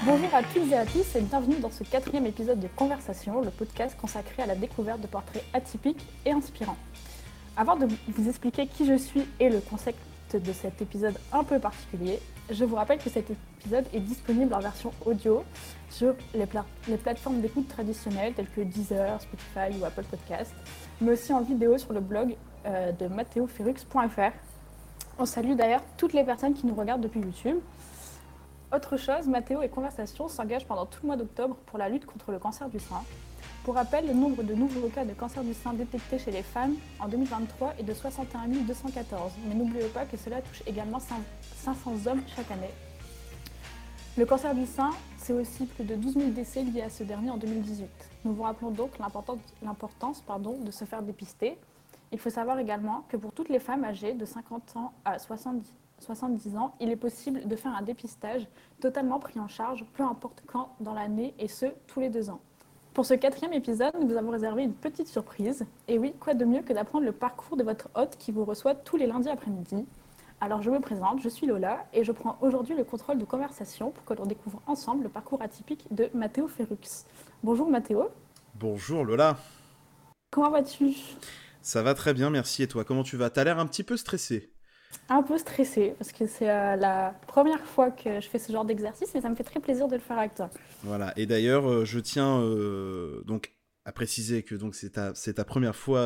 Bonjour à toutes et à tous et bienvenue dans ce 4e épisode de Conversation, le podcast consacré à la découverte de portraits atypiques et inspirants. Avant de vous expliquer qui je suis et le concept de cet épisode un peu particulier, je vous rappelle que cet épisode est disponible en version audio sur les plateformes d'écoute traditionnelles telles que Deezer, Spotify ou Apple Podcasts, mais aussi en vidéo sur le blog de matteoferrux.fr. On salue d'ailleurs toutes les personnes qui nous regardent depuis YouTube. Autre chose, Mathéo et Conversation s'engagent pendant tout le mois d'octobre pour la lutte contre le cancer du sein. Pour rappel, le nombre de nouveaux cas de cancer du sein détectés chez les femmes en 2023 est de 61 214. Mais n'oubliez pas que cela touche également 500 hommes chaque année. Le cancer du sein, c'est aussi plus de 12 000 décès liés à ce dernier en 2018. Nous vous rappelons donc l'importance de se faire dépister. Il faut savoir également que pour toutes les femmes âgées de 50 ans à 70 ans, il est possible de faire un dépistage totalement pris en charge, peu importe quand dans l'année, et ce, tous les 2 ans. Pour ce 4e épisode, nous vous avons réservé une petite surprise. Et oui, quoi de mieux que d'apprendre le parcours de votre hôte qui vous reçoit tous les lundis après-midi. Alors je me présente, je suis Lola, et je prends aujourd'hui le contrôle de Conversation pour que l'on découvre ensemble le parcours atypique de Mattéo Ferrux. Bonjour Mattéo. Bonjour Lola, Comment vas-tu? ça va très bien, merci. Et toi, comment tu vas? T'as l'air un petit peu stressé. Un peu stressée, parce que c'est la première fois que je fais ce genre d'exercice, mais ça me fait très plaisir de le faire avec toi. Voilà. Et d'ailleurs, je tiens donc à préciser que donc c'est ta première fois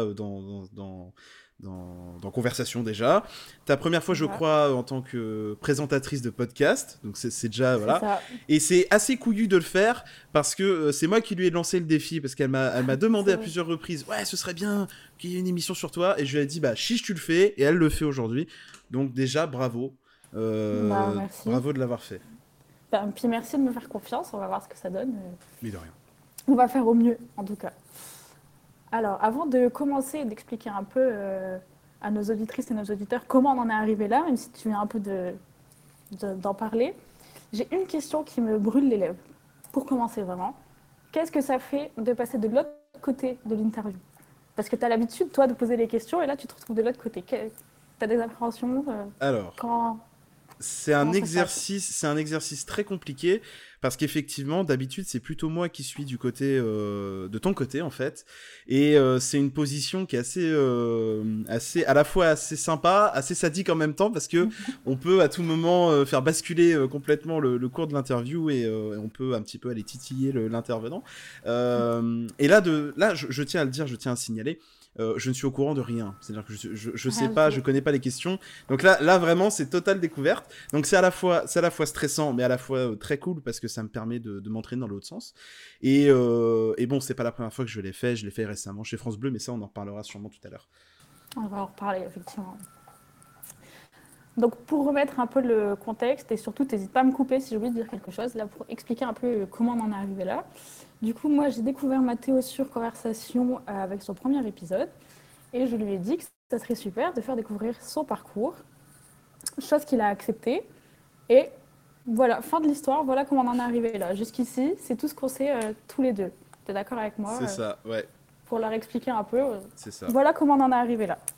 dans Conversation déjà. Ta première fois, je Voilà, crois, en tant que présentatrice de podcast. Donc c'est déjà c'est voilà. ça. Et c'est assez couillu de le faire parce que c'est moi qui lui ai lancé le défi parce qu'elle m'a demandé C'est à vrai. plusieurs reprises, ouais, ce serait bien qu'il y ait une émission sur toi. Et je lui ai dit, bah chiche, tu le fais. Et elle le fait aujourd'hui. Donc déjà, bravo. Bah, merci. Bravo de l'avoir fait. Bah, puis merci de me faire confiance, on va voir ce que ça donne. Mais de rien. On va faire au mieux, en tout cas. Alors, avant de commencer et d'expliquer un peu à nos auditrices et nos auditeurs comment on en est arrivé là, même si tu viens un peu d'en parler, j'ai une question qui me brûle les lèvres. Pour commencer vraiment, qu'est-ce que ça fait de passer de l'autre côté de l'interview? Parce que tu as l'habitude, toi, de poser les questions et là, tu te retrouves de l'autre côté. Tu as des appréhensions Alors, comment, c'est un comment ça se passe? exercice, c'est un exercice très compliqué parce qu'effectivement, d'habitude, c'est plutôt moi qui suis du côté de ton côté en fait, et c'est une position qui est assez, à la fois assez sympa, assez sadique en même temps parce que on peut à tout moment faire basculer complètement le cours de l'interview et on peut un petit peu aller titiller l'intervenant. Et là, je tiens à le dire, je tiens à signaler. Je ne suis au courant de rien. C'est-à-dire que je sais Rien du pas, tout. je connais pas les questions. Donc là vraiment, c'est totale découverte. Donc c'est à la fois stressant, mais à la fois très cool parce que ça me permet de m'entraîner dans l'autre sens. Et bon, c'est pas la première fois que je l'ai fait. Je l'ai fait récemment chez France Bleu, mais ça, on en reparlera sûrement tout à l'heure. On va en reparler, effectivement. Donc, pour remettre un peu le contexte, et surtout, n'hésite pas à me couper si j'ai oublié de dire quelque chose, là, pour expliquer un peu comment on en est arrivé là. Du coup, moi, j'ai découvert Mathéo sur Conversation avec son premier épisode, et je lui ai dit que ça serait super de faire découvrir son parcours, chose qu'il a acceptée. Et voilà, fin de l'histoire, voilà comment on en est arrivé là. Jusqu'ici, c'est tout ce qu'on sait tous les deux. Tu es d'accord avec moi C'est ça, ouais, pour leur expliquer un peu c'est ça. voilà comment on en est arrivé là.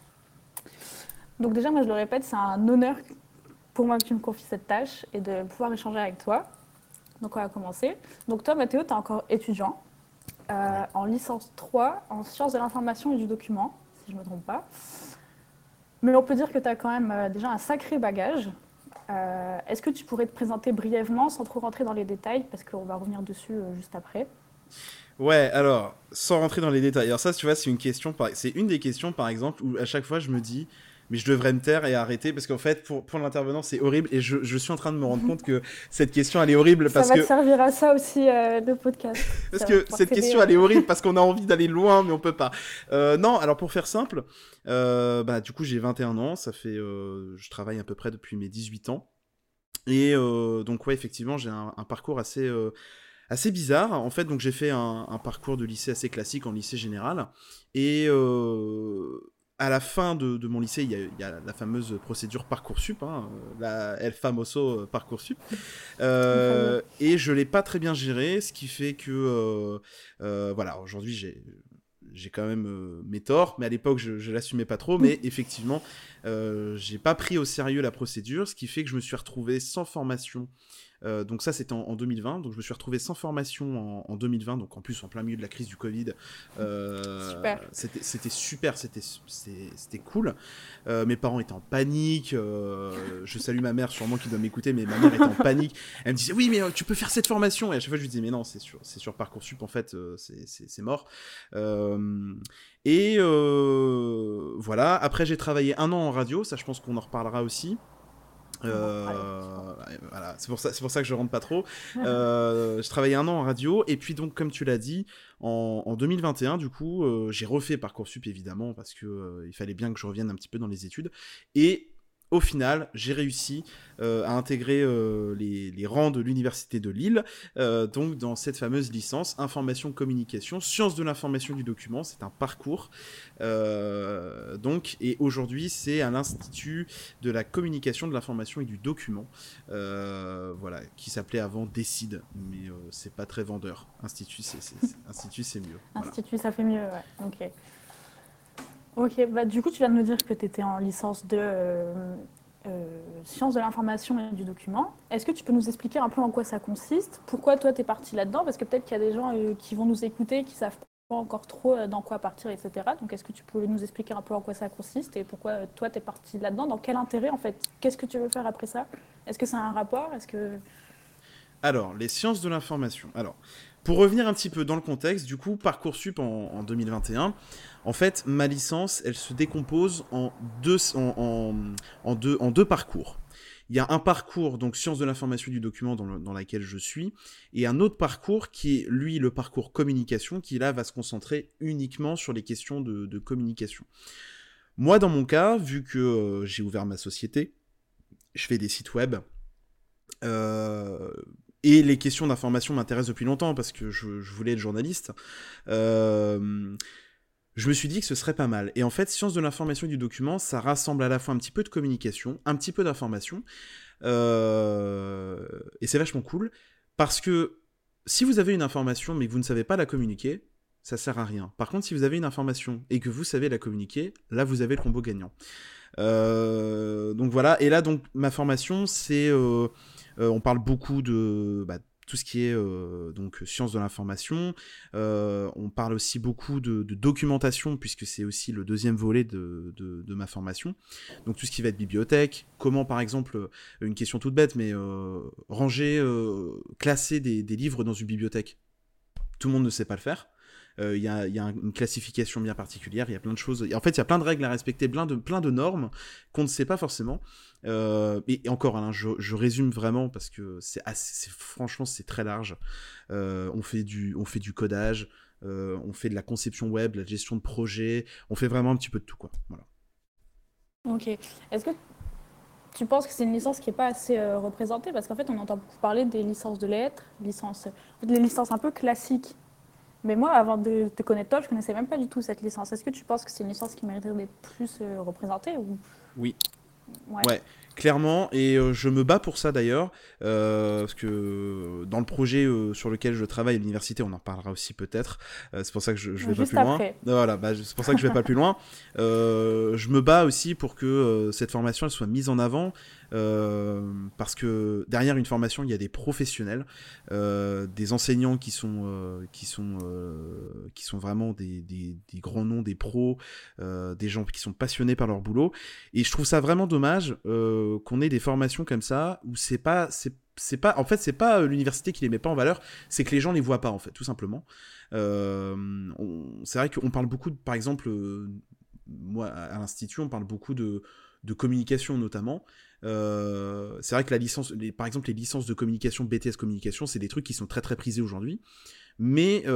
Donc déjà, moi je le répète, c'est un honneur pour moi que tu me confies cette tâche et de pouvoir échanger avec toi. Donc on va commencer. Donc toi, Mathéo, tu es encore étudiant Ouais. en licence 3 en sciences de l'information et du document, si je ne me trompe pas. Mais on peut dire que tu as quand même déjà un sacré bagage. Est-ce que tu pourrais te présenter brièvement sans trop rentrer dans les détails, parce qu'on va revenir dessus juste après. Ouais, alors, sans rentrer dans les détails. Alors ça, tu vois, c'est une des questions, par exemple, où à chaque fois, je me dis, mais je devrais me taire et arrêter, parce qu'en fait, pour l'intervenant, c'est horrible, et je suis en train de me rendre compte que cette question, elle est horrible, Ça va te servir à ça aussi, le podcast. parce Ça va que pouvoir cette t'aider. question, elle est horrible, parce qu'on a envie d'aller loin, mais on peut pas. Non, alors pour faire simple, bah, du coup, j'ai 21 ans, je travaille à peu près depuis mes 18 ans, et donc, ouais, effectivement, j'ai un parcours assez bizarre. En fait, donc j'ai fait un parcours de lycée assez classique en lycée général. Et à la fin de mon lycée, il y a la fameuse procédure Parcoursup, hein, la El Famoso Parcoursup. Le fameux. Et je l'ai pas très bien géré, ce qui fait que voilà, aujourd'hui j'ai quand même mes torts, mais à l'époque je l'assumais pas trop, mais effectivement j'ai pas pris au sérieux la procédure, ce qui fait que je me suis retrouvé sans formation Donc ça, c'était en 2020. Donc je me suis retrouvé sans formation en 2020, donc en plus en plein milieu de la crise du Covid. Super. C'était super, c'était cool. Mes parents étaient en panique. Je salue ma mère, sûrement qui doit m'écouter, mais ma mère était en panique. Elle me disait oui, mais tu peux faire cette formation. Et à chaque fois, je lui disais mais non, c'est sur Parcoursup en fait, c'est mort. Voilà. Après, j'ai travaillé 1 an en radio. Ça, je pense qu'on en reparlera aussi. Voilà, c'est pour ça que je rentre pas trop. Je travaillais 1 an en radio et puis donc comme tu l'as dit en 2021 du coup j'ai refait Parcoursup évidemment parce que il fallait bien que je revienne un petit peu dans les études et au final, j'ai réussi à intégrer les rangs de l'université de Lille, donc dans cette fameuse licence information communication, sciences de l'information du document. C'est un parcours, donc, et aujourd'hui c'est à l'Institut de la communication de l'information et du document, voilà, qui s'appelait avant Décide, mais c'est pas très vendeur. Institut, c'est mieux. Voilà. Institut, ça fait mieux, ouais. Ok. Ok, bah du coup, tu viens de me dire que tu étais en licence de sciences de l'information et du document. Est-ce que tu peux nous expliquer un peu en quoi ça consiste? Pourquoi toi, tu es parti là-dedans? Parce que peut-être qu'il y a des gens qui vont nous écouter, qui savent pas encore trop dans quoi partir, etc. Donc, est-ce que tu peux nous expliquer un peu en quoi ça consiste et pourquoi toi, tu es parti là-dedans? Dans quel intérêt, en fait? Qu'est-ce que tu veux faire après ça? Est-ce que ça a un rapport? Est-ce que... Alors, les sciences de l'information. Alors, pour revenir un petit peu dans le contexte, du coup, Parcoursup en 2021, en fait, ma licence, elle se décompose en deux parcours. Il y a un parcours, donc sciences de l'information du document dans laquelle je suis, et un autre parcours qui est, lui, le parcours communication, qui là va se concentrer uniquement sur les questions de communication. Moi, dans mon cas, vu que j'ai ouvert ma société, je fais des sites web, et les questions d'information m'intéressent depuis longtemps parce que je voulais être journaliste. Je me suis dit que ce serait pas mal. Et en fait, sciences de l'information et du document, ça rassemble à la fois un petit peu de communication, un petit peu d'information. Et c'est vachement cool parce que si vous avez une information mais que vous ne savez pas la communiquer, ça sert à rien. Par contre, si vous avez une information et que vous savez la communiquer, là, vous avez le combo gagnant. Donc voilà. Et là, donc, ma formation, c'est... on parle beaucoup de tout ce qui est donc sciences de l'information. On parle aussi beaucoup de documentation, puisque c'est aussi le deuxième volet de ma formation. Donc tout ce qui va être bibliothèque, comment par exemple, une question toute bête, mais ranger, classer des livres dans une bibliothèque. Tout le monde ne sait pas le faire. Il y a une classification bien particulière, il y a plein de choses. En fait, il y a plein de règles à respecter, plein de normes qu'on ne sait pas forcément. Et encore, Alain, je résume vraiment parce que franchement, c'est très large. On fait du codage, on fait de la conception web, la gestion de projet, on fait vraiment un petit peu de tout, quoi. Voilà. Ok. Est-ce que tu penses que c'est une licence qui n'est pas assez représentée? Parce qu'en fait, on entend beaucoup parler des licences de lettres, des licences un peu classiques. Mais moi, avant de te connaître toi, je ne connaissais même pas du tout cette licence. Est-ce que tu penses que c'est une licence qui mériterait d'être plus représentée ou... Oui. Ouais. Ouais, clairement, et je me bats pour ça d'ailleurs, parce que dans le projet sur lequel je travaille à l'université, on en parlera aussi peut-être, c'est pour ça que je vais pas plus loin. Voilà, c'est pour ça que je vais pas plus loin. Je me bats aussi pour que cette formation elle soit mise en avant, parce que derrière une formation, il y a des professionnels, des enseignants qui sont vraiment des grands noms, des pros, des gens qui sont passionnés par leur boulot. Et je trouve ça vraiment dommage qu'on ait des formations comme ça où c'est pas en fait c'est pas l'université qui les met pas en valeur, c'est que les gens les voient pas en fait, tout simplement. C'est vrai qu'on parle beaucoup par exemple moi à l'institut on parle beaucoup de communication notamment. C'est vrai que par exemple les licences de communication, BTS communication, c'est des trucs qui sont très très prisés aujourd'hui. Mais c'est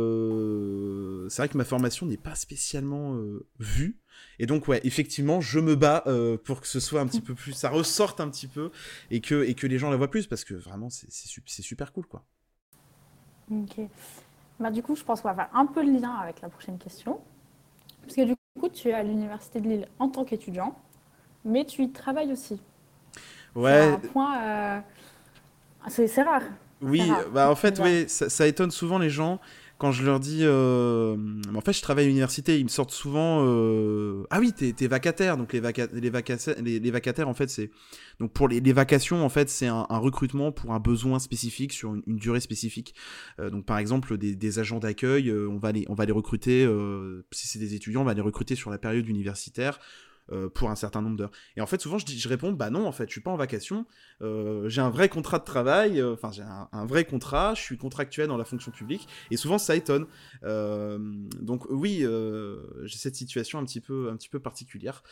vrai que ma formation n'est pas spécialement vue. Et donc, ouais, effectivement, je me bats pour que ce soit un petit peu plus... Ça ressorte un petit peu et que les gens la voient plus parce que vraiment, c'est super cool, quoi. Ok. Bah, du coup, je pense qu'on va faire un peu le lien avec la prochaine question. Parce que du coup, tu es à l'Université de Lille en tant qu'étudiant, mais tu y travailles aussi. Ouais. C'est un point... C'est rare. Oui, rare, bah en fait, oui, ça étonne souvent les gens quand je leur dis en fait je travaille à l'université, ils me sortent souvent ah oui, t'es vacataire. Donc les vacataires en fait c'est donc pour les vacations en fait c'est un recrutement pour un besoin spécifique sur une durée spécifique. Donc par exemple des agents d'accueil, on va les recruter si c'est des étudiants, on va les recruter sur la période universitaire pour un certain nombre d'heures. Et en fait, souvent, je réponds, bah non, en fait, je suis pas en vacation, j'ai un vrai contrat de travail, enfin, j'ai un vrai contrat, je suis contractuel dans la fonction publique, et souvent, ça étonne. Donc, oui, j'ai cette situation un petit peu particulière.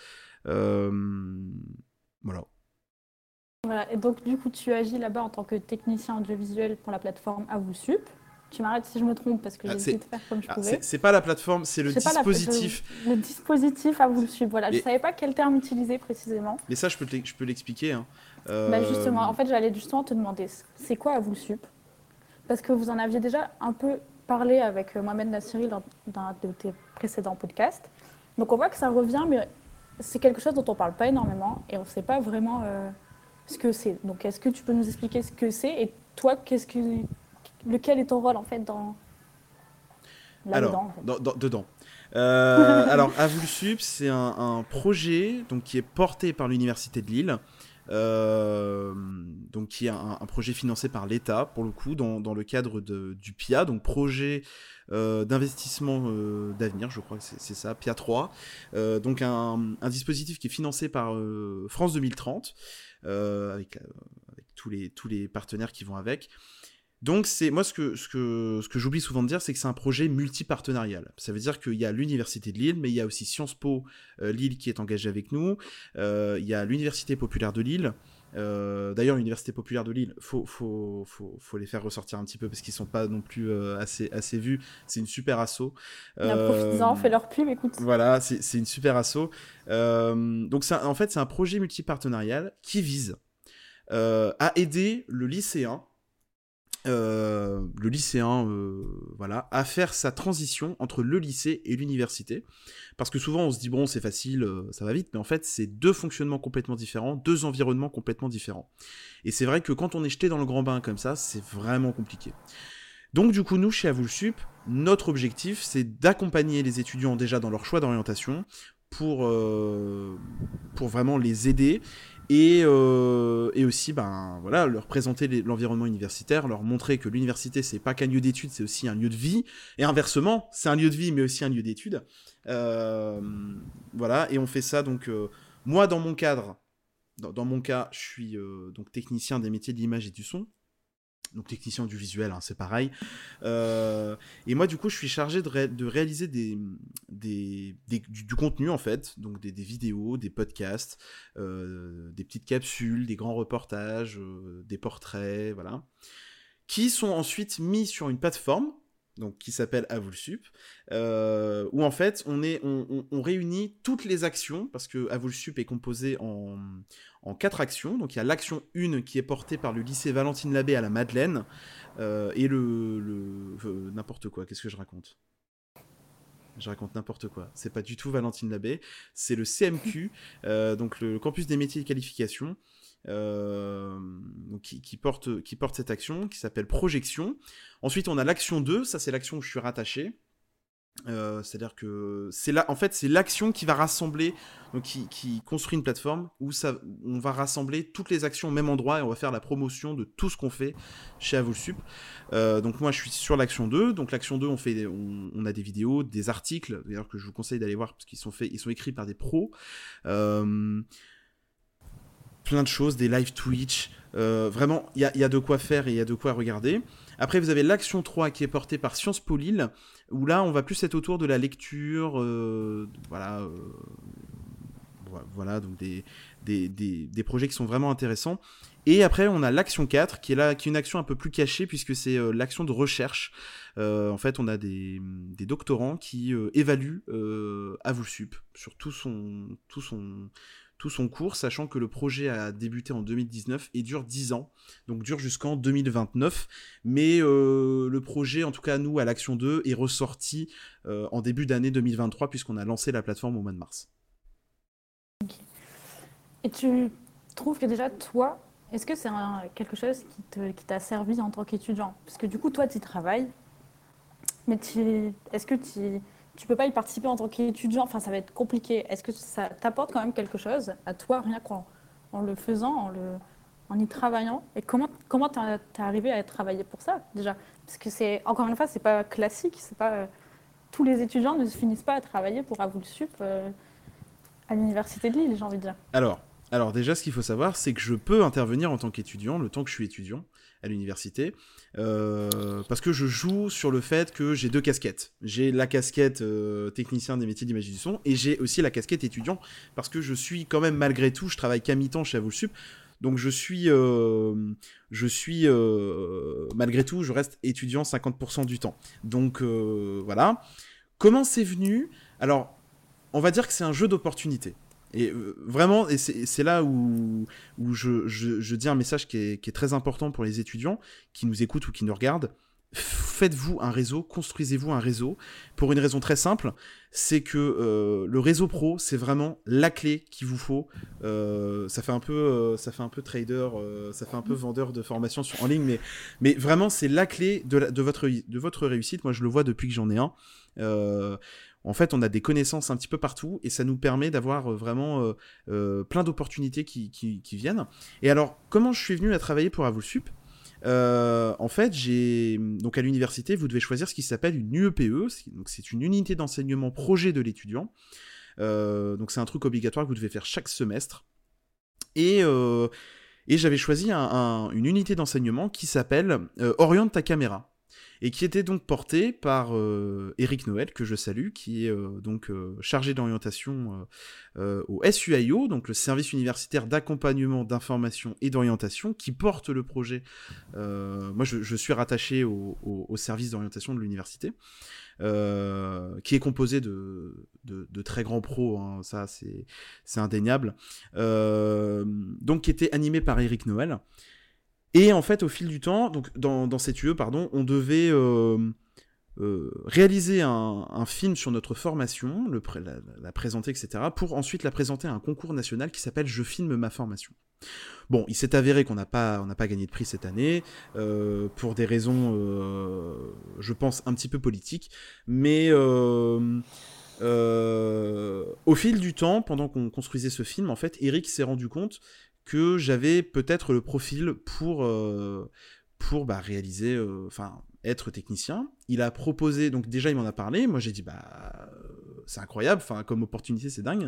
Voilà. Voilà. Et donc, du coup, tu agis là-bas en tant que technicien audiovisuel pour la plateforme AvouSup. Tu m'arrêtes si je me trompe parce que j'ai essayé de faire comme je pouvais. C'est pas la plateforme, c'est le Je sais pas dispositif. le dispositif AvouSup. Voilà, je Mais, savais pas quel terme utiliser précisément. mais ça, je peux l'expliquer. Hein. Bah justement, en fait, j'allais justement te demander, c'est quoi AvouSup? Parce que vous en aviez déjà un peu parlé avec Mohamed Nassiri dans d'un de tes précédents podcasts. Donc on voit que ça revient, mais c'est quelque chose dont on parle pas énormément et on ne sait pas vraiment ce que c'est. Donc est-ce que tu peux nous expliquer ce que c'est et toi, lequel est ton rôle en fait Alors, là-dedans en fait. dedans. Alors, Avulsup, c'est un projet donc, qui est porté par l'Université de Lille, donc qui est un projet financé par l'État, pour le coup, dans le cadre du PIA, donc projet d'investissement d'avenir, je crois que c'est ça, PIA 3. Donc un dispositif qui est financé par France 2030, avec tous les partenaires qui vont avec. Donc c'est moi ce que j'oublie souvent de dire, c'est que c'est un projet multipartenarial. Ça veut dire qu'il y a l'université de Lille, mais il y a aussi Sciences Po Lille qui est engagée avec nous. Il y a l'université populaire de Lille. D'ailleurs, l'université populaire de Lille, faut les faire ressortir un petit peu parce qu'ils sont pas non plus assez vus. C'est une super asso. Profites-en, fais leur pub, écoute. Voilà, c'est une super asso. Donc en fait, c'est un projet multipartenarial qui vise à aider voilà, à faire sa transition entre le lycée et l'université. Parce que souvent, on se dit, bon, c'est facile, ça va vite, mais en fait, c'est deux fonctionnements complètement différents, deux environnements complètement différents. Et c'est vrai que quand on est jeté dans le grand bain comme ça, c'est vraiment compliqué. Donc, du coup, nous, chez Avulsup, notre objectif, c'est d'accompagner les étudiants déjà dans leur choix d'orientation pour vraiment les aider et aussi voilà, leur présenter l'environnement universitaire, leur montrer que l'université c'est pas qu'un lieu d'études, c'est aussi un lieu de vie, et inversement, c'est un lieu de vie mais aussi un lieu d'études. Voilà, et on fait ça donc moi dans mon cadre, dans mon cas, je suis donc technicien des métiers de l'image et du son. Donc technicien du visuel, hein, c'est pareil. Et moi, du coup, je suis chargé de réaliser du contenu, en fait. Donc des vidéos, des podcasts, des petites capsules, des grands reportages, des portraits, voilà. Qui sont ensuite mis sur une plateforme, donc qui s'appelle Avulsup, où en fait on réunit toutes les actions, parce que Avulsup est composé en 4 actions. Donc il y a l'action 1 qui est portée par le lycée Valentine Labbé à la Madeleine, et n'importe quoi, qu'est-ce que je raconte ? Je raconte n'importe quoi. C'est pas du tout Valentine Labbé, c'est le CMQ, donc le campus des métiers et qualifications, donc qui porte cette action, qui s'appelle Projection. Ensuite, on a l'action 2, ça c'est l'action où je suis rattaché. C'est-à-dire que c'est là, en fait, c'est l'action qui va rassembler, donc qui construit une plateforme où on va rassembler toutes les actions au même endroit et on va faire la promotion de tout ce qu'on fait chez Avulsup. Donc moi, je suis sur l'action 2. Donc l'action 2, on a des vidéos, des articles, d'ailleurs que je vous conseille d'aller voir parce qu'ils sont écrits par des pros. Plein de choses, des live Twitch. Vraiment, il y a de quoi faire et il y a de quoi regarder. Après, vous avez l'action 3 qui est portée par Sciences Po Lille, où là, on va plus être autour de la lecture, voilà, donc des projets qui sont vraiment intéressants. Et après, on a l'action 4, qui est une action un peu plus cachée, puisque c'est l'action de recherche. En fait, on a des doctorants qui évaluent Avulsup sur tout son cours, sachant que le projet a débuté en 2019 et dure 10 ans, donc dure jusqu'en 2029, mais le projet, en tout cas nous, à l'Action 2, est ressorti en début d'année 2023, puisqu'on a lancé la plateforme au mois de mars. Okay. Et tu trouves que déjà, toi, est-ce que c'est quelque chose qui t'a servi en tant qu'étudiant ? Parce que du coup, toi, tu y travailles, Mais est-ce que tu peux pas y participer en tant qu'étudiant? Enfin, ça va être compliqué. Est-ce que ça t'apporte quand même quelque chose à toi, rien qu'en le faisant, en y travaillant? Et comment t'es arrivé à travailler pour ça, déjà? Parce que encore une fois, c'est pas classique. C'est pas, tous les étudiants ne se finissent pas à travailler pour Avulsup à l'université de Lille, j'ai envie de dire. Alors déjà, ce qu'il faut savoir, c'est que je peux intervenir en tant qu'étudiant, le temps que je suis étudiant à l'université, parce que je joue sur le fait que j'ai 2 casquettes. J'ai la casquette technicien des métiers d'image et du son, et j'ai aussi la casquette étudiant, parce que je suis quand même, malgré tout, je travaille qu'à mi-temps chez Avulsup, donc malgré tout, je reste étudiant 50% du temps. Donc voilà. Comment c'est venu? Alors, on va dire que c'est un jeu d'opportunité. Et vraiment, et c'est là où je dis un message qui est très important pour les étudiants qui nous écoutent ou qui nous regardent. Faites-vous un réseau, construisez-vous un réseau, pour une raison très simple, c'est que le réseau pro, c'est vraiment la clé qu'il vous faut. Ça fait un peu trader, ça fait un peu vendeur de formation en ligne, mais vraiment, c'est la clé de votre réussite. Moi, je le vois depuis que j'en ai un. En fait, on a des connaissances un petit peu partout et ça nous permet d'avoir vraiment plein d'opportunités qui viennent. Et alors, comment je suis venu à travailler pour Avulsup? En fait, donc à l'université, vous devez choisir ce qui s'appelle une UEPE, donc c'est une unité d'enseignement projet de l'étudiant. Donc c'est un truc obligatoire que vous devez faire chaque semestre. Et j'avais choisi une unité d'enseignement qui s'appelle Oriente ta caméra. Et qui était donc porté par Eric Noël, que je salue, qui est donc chargé d'orientation au SUIO, donc le service universitaire d'accompagnement, d'information et d'orientation, qui porte le projet. Moi, je suis rattaché au service d'orientation de l'université, qui est composé de très grands pros, hein, ça c'est indéniable, donc qui était animé par Eric Noël. Et en fait, au fil du temps, donc dans cette UE, pardon, on devait réaliser un film sur notre formation, la présenter, etc., pour ensuite la présenter à un concours national qui s'appelle Je filme ma formation. Bon, il s'est avéré qu'on n'a pas gagné de prix cette année, pour des raisons, je pense, un petit peu politiques, mais au fil du temps, pendant qu'on construisait ce film, en fait, Eric s'est rendu compte que j'avais peut-être le profil pour réaliser, être technicien. Il a proposé, donc déjà il m'en a parlé, moi j'ai dit c'est incroyable, comme opportunité c'est dingue.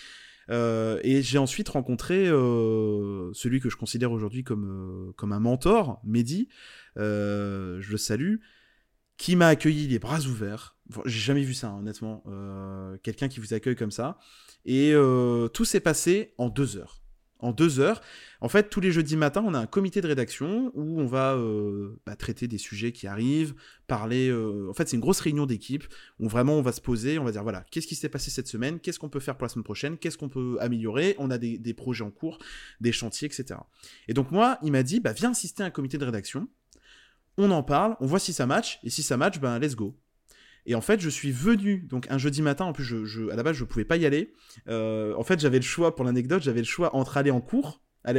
Et j'ai ensuite rencontré celui que je considère aujourd'hui comme un mentor, Mehdi, je le salue, qui m'a accueilli les bras ouverts. J'ai jamais vu ça, hein, honnêtement. Quelqu'un qui vous accueille comme ça. Et tout s'est passé en 2 heures. En 2 heures. En fait, tous les jeudis matins, on a un comité de rédaction où on va traiter des sujets qui arrivent, parler... En fait, c'est une grosse réunion d'équipe où vraiment on va se poser, on va dire, voilà, qu'est-ce qui s'est passé cette semaine? Qu'est-ce qu'on peut faire pour la semaine prochaine? Qu'est-ce qu'on peut améliorer? On a des projets en cours, des chantiers, etc. Et donc moi, il m'a dit, viens assister à un comité de rédaction. On en parle, on voit si ça match, et si ça match, let's go. Et en fait, je suis venu, donc un jeudi matin, en plus, à la base, je pouvais pas y aller. En fait, j'avais le choix, pour l'anecdote, j'avais le choix entre aller en cours, aller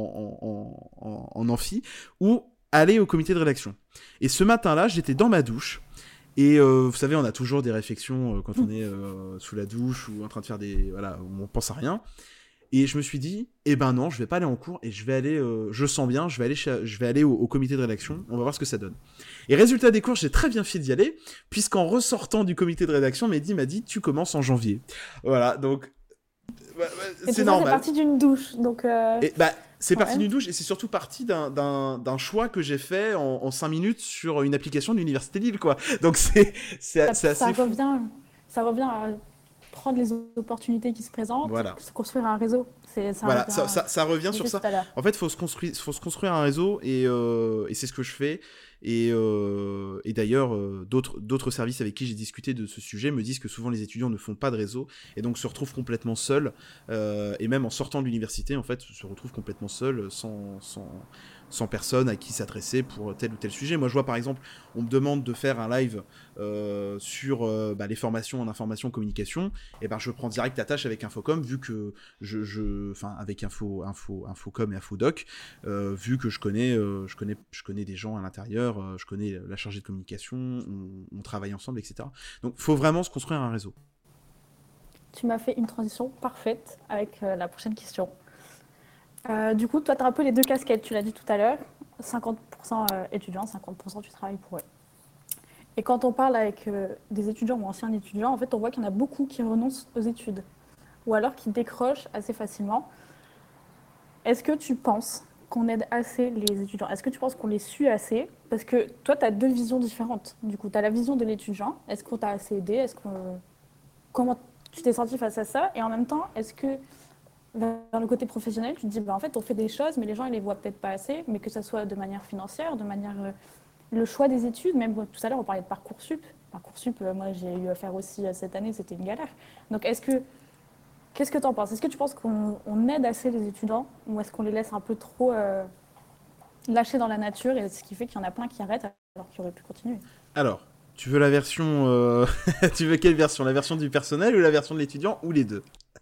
en amphi, ou aller au comité de rédaction. Et ce matin-là, j'étais dans ma douche, et vous savez, on a toujours des réflexions quand on est sous la douche, ou en train de faire voilà, où on pense à rien. Et je me suis dit, non, je vais pas aller en cours et je vais aller, je sens bien, je vais aller au comité de rédaction, on va voir ce que ça donne. Et résultat des cours, j'ai très bien fait d'y aller, puisqu'en ressortant du comité de rédaction, Mehdi m'a dit, tu commences en janvier. Voilà, donc, c'est normal. C'est parti d'une douche, donc... c'est parti d'une douche et c'est surtout parti d'un choix que j'ai fait en 5 minutes sur une application de l'Université de Lille, quoi. Donc c'est assez fou. Ça revient à prendre les opportunités qui se présentent, voilà. Se construire un réseau. Ça revient sur ça. En fait, faut se construire un réseau et c'est ce que je fais. Et d'ailleurs, d'autres services avec qui j'ai discuté de ce sujet me disent que souvent les étudiants ne font pas de réseau et donc se retrouvent complètement seuls. Et même en sortant de l'université, en fait, se retrouvent complètement seuls, sans personne à qui s'adresser pour tel ou tel sujet. Moi, je vois par exemple, on me demande de faire un live sur les formations en information communication, et ben je prends direct la tâche avec Infocom, vu que avec Infocom et Infodoc, vu que je connais des gens à l'intérieur, je connais la chargée de communication, on travaille ensemble, etc. Donc, faut vraiment se construire un réseau. Tu m'as fait une transition parfaite avec la prochaine question. Du coup, toi, tu as un peu les deux casquettes, tu l'as dit tout à l'heure, 50% étudiants, 50% tu travailles pour eux. Et quand on parle avec des étudiants ou anciens étudiants, en fait, on voit qu'il y en a beaucoup qui renoncent aux études, ou alors qui décrochent assez facilement. Est-ce que tu penses qu'on aide assez les étudiants? Est-ce que tu penses qu'on les suit assez? Parce que toi, tu as deux visions différentes. Du coup, tu as la vision de l'étudiant. Est-ce qu'on t'a assez aidé? Comment tu t'es senti face à ça? Et en même temps, est-ce que vers le côté professionnel, tu te dis, en fait, on fait des choses, mais les gens, ils les voient peut-être pas assez, mais que ça soit de manière financière, de manière... le choix des études, même tout à l'heure, on parlait de Parcoursup. Parcoursup, moi, j'ai eu à faire aussi cette année, c'était une galère. Donc, qu'est-ce que tu en penses? Est-ce que tu penses qu'on aide assez les étudiants, ou est-ce qu'on les laisse un peu trop lâchés dans la nature, et ce qui fait qu'il y en a plein qui arrêtent alors qu'ils auraient pu continuer? Alors, tu veux la version... tu veux quelle version? La version du personnel ou la version de l'étudiant, ou les deux?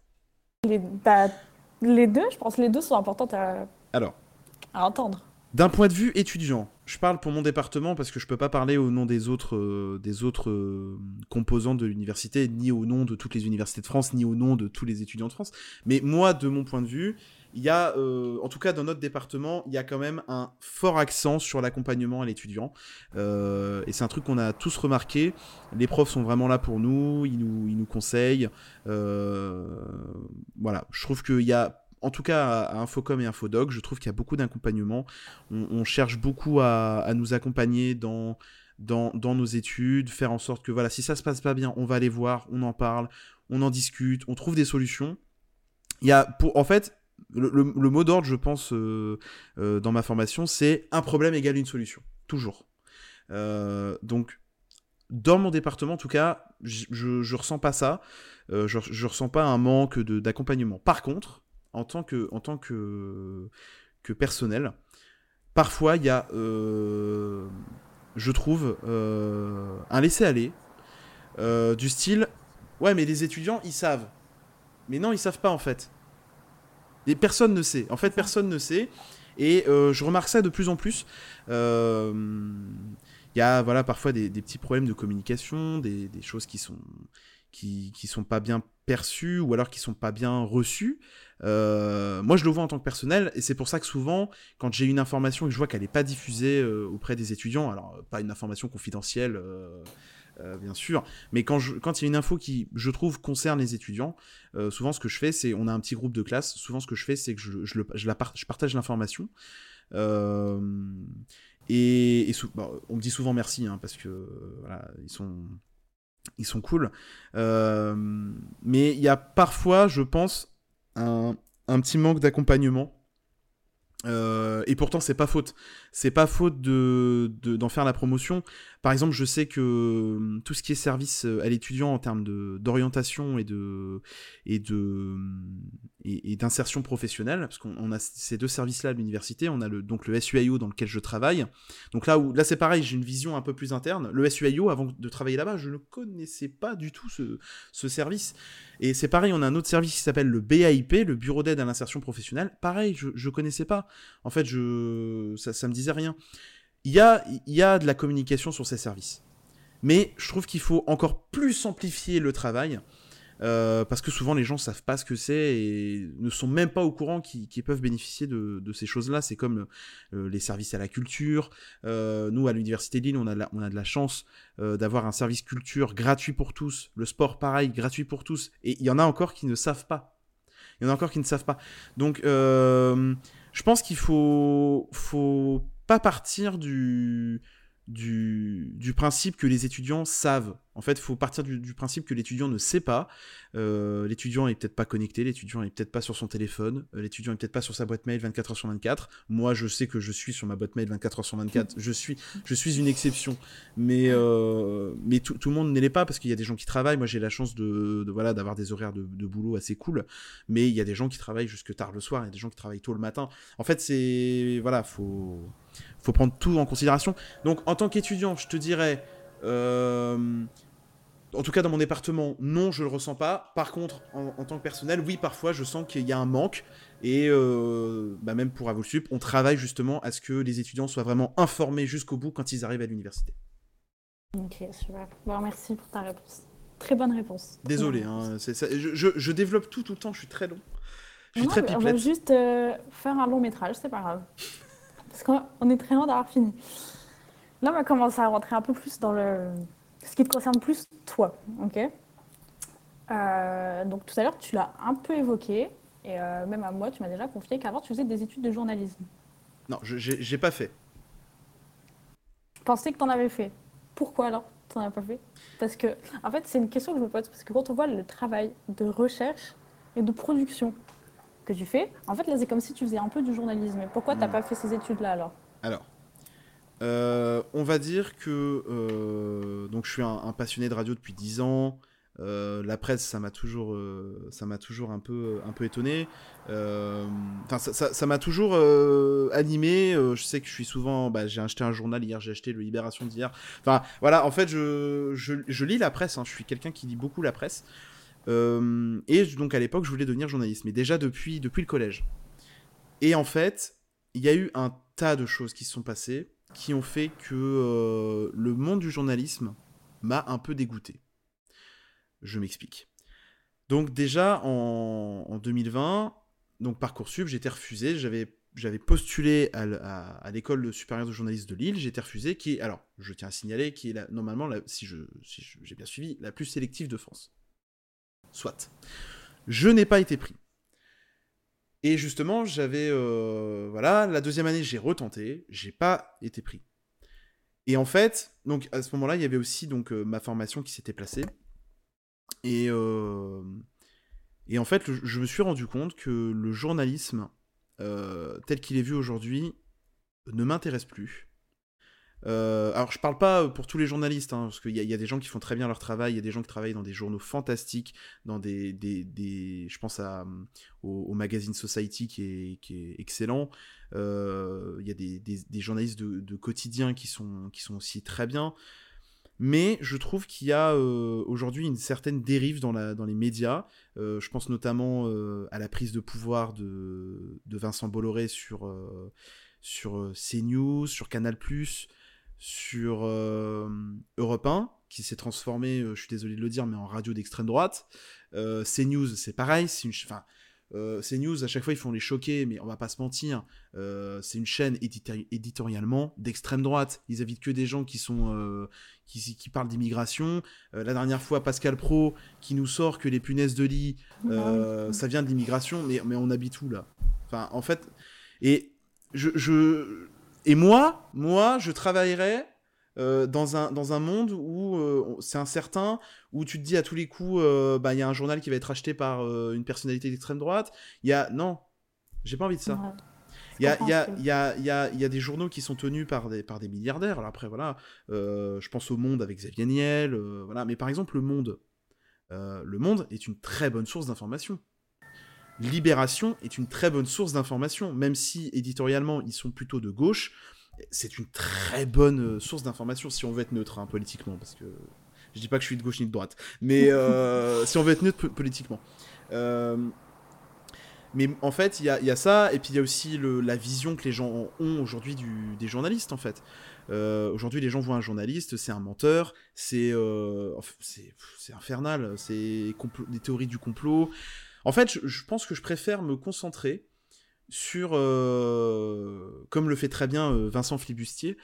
Les deux, je pense, les deux sont importantes Alors, à entendre. d'un point de vue étudiant, je parle pour mon département parce que je peux pas parler au nom des autres composants de l'université, ni au nom de toutes les universités de France, ni au nom de tous les étudiants de France. Mais moi, de mon point de vue, il y a, en tout cas dans notre département, il y a quand même un fort accent sur l'accompagnement à l'étudiant. Et c'est un truc qu'on a tous remarqué. Les profs sont vraiment là pour nous, ils nous conseillent. Voilà, je trouve qu'il y a, en tout cas à Infocom et Infodoc, je trouve qu'il y a beaucoup d'accompagnement. On cherche beaucoup à nous accompagner dans nos études, faire en sorte que voilà, si ça se passe pas bien, on va aller voir, on en parle, on en discute, on trouve des solutions. Il y a en fait, le mot d'ordre, je pense, dans ma formation, c'est un problème égale une solution. Toujours. Donc, dans mon département, en tout cas, je ressens pas ça. Je ressens pas un manque d'accompagnement. Par contre, en tant que personnel, parfois, il y a, je trouve, un laisser-aller du style « Ouais, mais les étudiants, ils savent. » Mais non, ils savent pas, en fait. Et personne ne sait. En fait, personne ne sait. Et je remarque ça de plus en plus. Il y a voilà, parfois des petits problèmes de communication, des choses qui sont pas bien perçues ou alors qui sont pas bien reçues. Moi, je le vois en tant que personnel, et c'est pour ça que souvent, quand j'ai une information et que je vois qu'elle n'est pas diffusée auprès des étudiants, alors pas une information confidentielle, bien sûr, mais quand il y a une info qui, je trouve, concerne les étudiants, souvent ce que je fais, c'est, on a un petit groupe de classe, souvent ce que je fais, c'est que je partage l'information. On me dit souvent merci, hein, parce que voilà, ils sont cool. Mais il y a parfois, je pense, un petit manque d'accompagnement. Et pourtant, c'est pas faute. C'est pas faute d'en faire la promotion. Par exemple, je sais que tout ce qui est service à l'étudiant en termes d'orientation et d'insertion professionnelle, parce qu'on a ces deux services-là à l'université, on a donc le SUIO dans lequel je travaille. Donc là c'est pareil, j'ai une vision un peu plus interne. Le SUIO, avant de travailler là-bas, je ne connaissais pas du tout ce service. Et c'est pareil, on a un autre service qui s'appelle le BAIP, le Bureau d'aide à l'insertion professionnelle. Pareil, je connaissais pas. En fait, ça me disait rien. Il y a de la communication sur ces services. Mais je trouve qu'il faut encore plus amplifier le travail, parce que souvent les gens ne savent pas ce que c'est et ne sont même pas au courant qu'ils peuvent bénéficier de ces choses-là. C'est comme les services à la culture. Nous, à l'Université de Lille, on a de la chance d'avoir un service culture gratuit pour tous. Le sport, pareil, gratuit pour tous. Et il y en a encore qui ne savent pas. Donc, je pense qu'il faut pas partir du principe que les étudiants savent En fait, il faut partir du principe que l'étudiant ne sait pas. L'étudiant est peut-être pas connecté, l'étudiant est peut-être pas sur son téléphone, l'étudiant est peut-être pas sur sa boîte mail 24 heures sur 24. Moi, je sais que je suis sur ma boîte mail 24 heures sur 24. Je suis une exception. Mais tout le monde ne l'est pas parce qu'il y a des gens qui travaillent. Moi, j'ai la chance voilà, d'avoir des horaires de boulot assez cool. Mais il y a des gens qui travaillent jusque tard le soir, il y a des gens qui travaillent tôt le matin. En fait, voilà, faut prendre tout en considération. Donc, en tant qu'étudiant, je te dirais... En tout cas, dans mon département, non, je le ressens pas. Par contre, en tant que personnel, oui, parfois, je sens qu'il y a un manque. Et même pour Avolsup, on travaille justement à ce que les étudiants soient vraiment informés jusqu'au bout quand ils arrivent à l'université. Ok, super. Bon, merci pour ta réponse. Très bonne réponse. Désolé, hein, je développe tout le temps, je suis très long. Je suis très on va pipelette. juste faire un long métrage, c'est pas grave. Parce qu'on est très loin d'avoir fini. Là, on va commencer à rentrer un peu plus dans ce qui te concerne plus toi, ok. Donc tout à l'heure, tu l'as un peu évoqué, et même à moi, tu m'as déjà confié qu'avant, tu faisais des études de journalisme. Non, j'ai pas fait. Je pensais que tu en avais fait. Pourquoi alors tu n'en as pas fait? Parce que, en fait, c'est une question que je me pose, parce que quand on voit le travail de recherche et de production que tu fais, en fait, là, c'est comme si tu faisais un peu du journalisme. Et pourquoi tu n'as pas fait ces études-là alors? Alors, on va dire que donc je suis un passionné de radio depuis 10 ans. La presse, ça m'a toujours un peu étonné. Ça m'a toujours animé. Je sais que je suis souvent. J'ai acheté un journal hier, j'ai acheté le Libération d'hier. Enfin, voilà, en fait, je lis la presse. Hein, je suis quelqu'un qui lit beaucoup la presse. Et donc, à l'époque, je voulais devenir journaliste. Mais déjà depuis le collège. Et en fait, il y a eu un tas de choses qui se sont passées qui ont fait que le monde du journalisme m'a un peu dégoûté. Je m'explique. Donc déjà, en 2020, donc Parcoursup, j'ai été refusé. J'avais postulé à l'école supérieure de journalisme de Lille. J'ai été refusé, qui est, alors, je tiens à signaler, qui est normalement, si j'ai bien suivi, la plus sélective de France. Soit. Je n'ai pas été pris. Et justement, voilà, la deuxième année, j'ai retenté. J'ai pas été pris. Et en fait, donc à ce moment-là, il y avait aussi donc ma formation qui s'était placée. Et en fait, je me suis rendu compte que le journalisme, tel qu'il est vu aujourd'hui, ne m'intéresse plus. Alors, je parle pas pour tous les journalistes, hein, parce qu'il y a des gens qui font très bien leur travail, il y a des gens qui travaillent dans des journaux fantastiques, dans je pense au magazine Society qui est excellent. Il y a des journalistes de quotidien qui sont aussi très bien. Mais je trouve qu'il y a aujourd'hui une certaine dérive dans les médias. Je pense notamment à la prise de pouvoir de Vincent Bolloré sur CNews, sur Canal+, sur Europe 1, qui s'est transformé, je suis désolé de le dire, mais en radio d'extrême droite. CNews, c'est pareil. CNews, à chaque fois, ils font les choquer, mais on va pas se mentir. C'est une chaîne éditorialement d'extrême droite. Ils invitent que des gens qui parlent d'immigration. La dernière fois, Pascal Praud qui nous sort que les punaises de lit, ça vient de l'immigration, mais on habite où là? Enfin, en fait, et moi, je travaillerais dans un monde où c'est incertain, où tu te dis à tous les coups, y a un journal qui va être acheté par une personnalité d'extrême droite. Non, j'ai pas envie de ça. Ouais, Il y a des journaux qui sont tenus par des milliardaires. Alors après, voilà, je pense au Monde avec Xavier Niel, voilà. Mais par exemple, Le Monde est une très bonne source d'information. Libération est une très bonne source d'information, même si éditorialement ils sont plutôt de gauche. C'est une très bonne source d'information si on veut être neutre politiquement, parce que je dis pas que je suis de gauche ni de droite, mais si on veut être neutre politiquement. Mais en fait, il y a ça, et puis il y a aussi la vision que les gens ont aujourd'hui des journalistes, en fait. Aujourd'hui, les gens voient un journaliste, c'est un menteur, c'est infernal, c'est des théories du complot. En fait, je pense que je préfère me concentrer sur, comme le fait très bien Vincent Flibustier,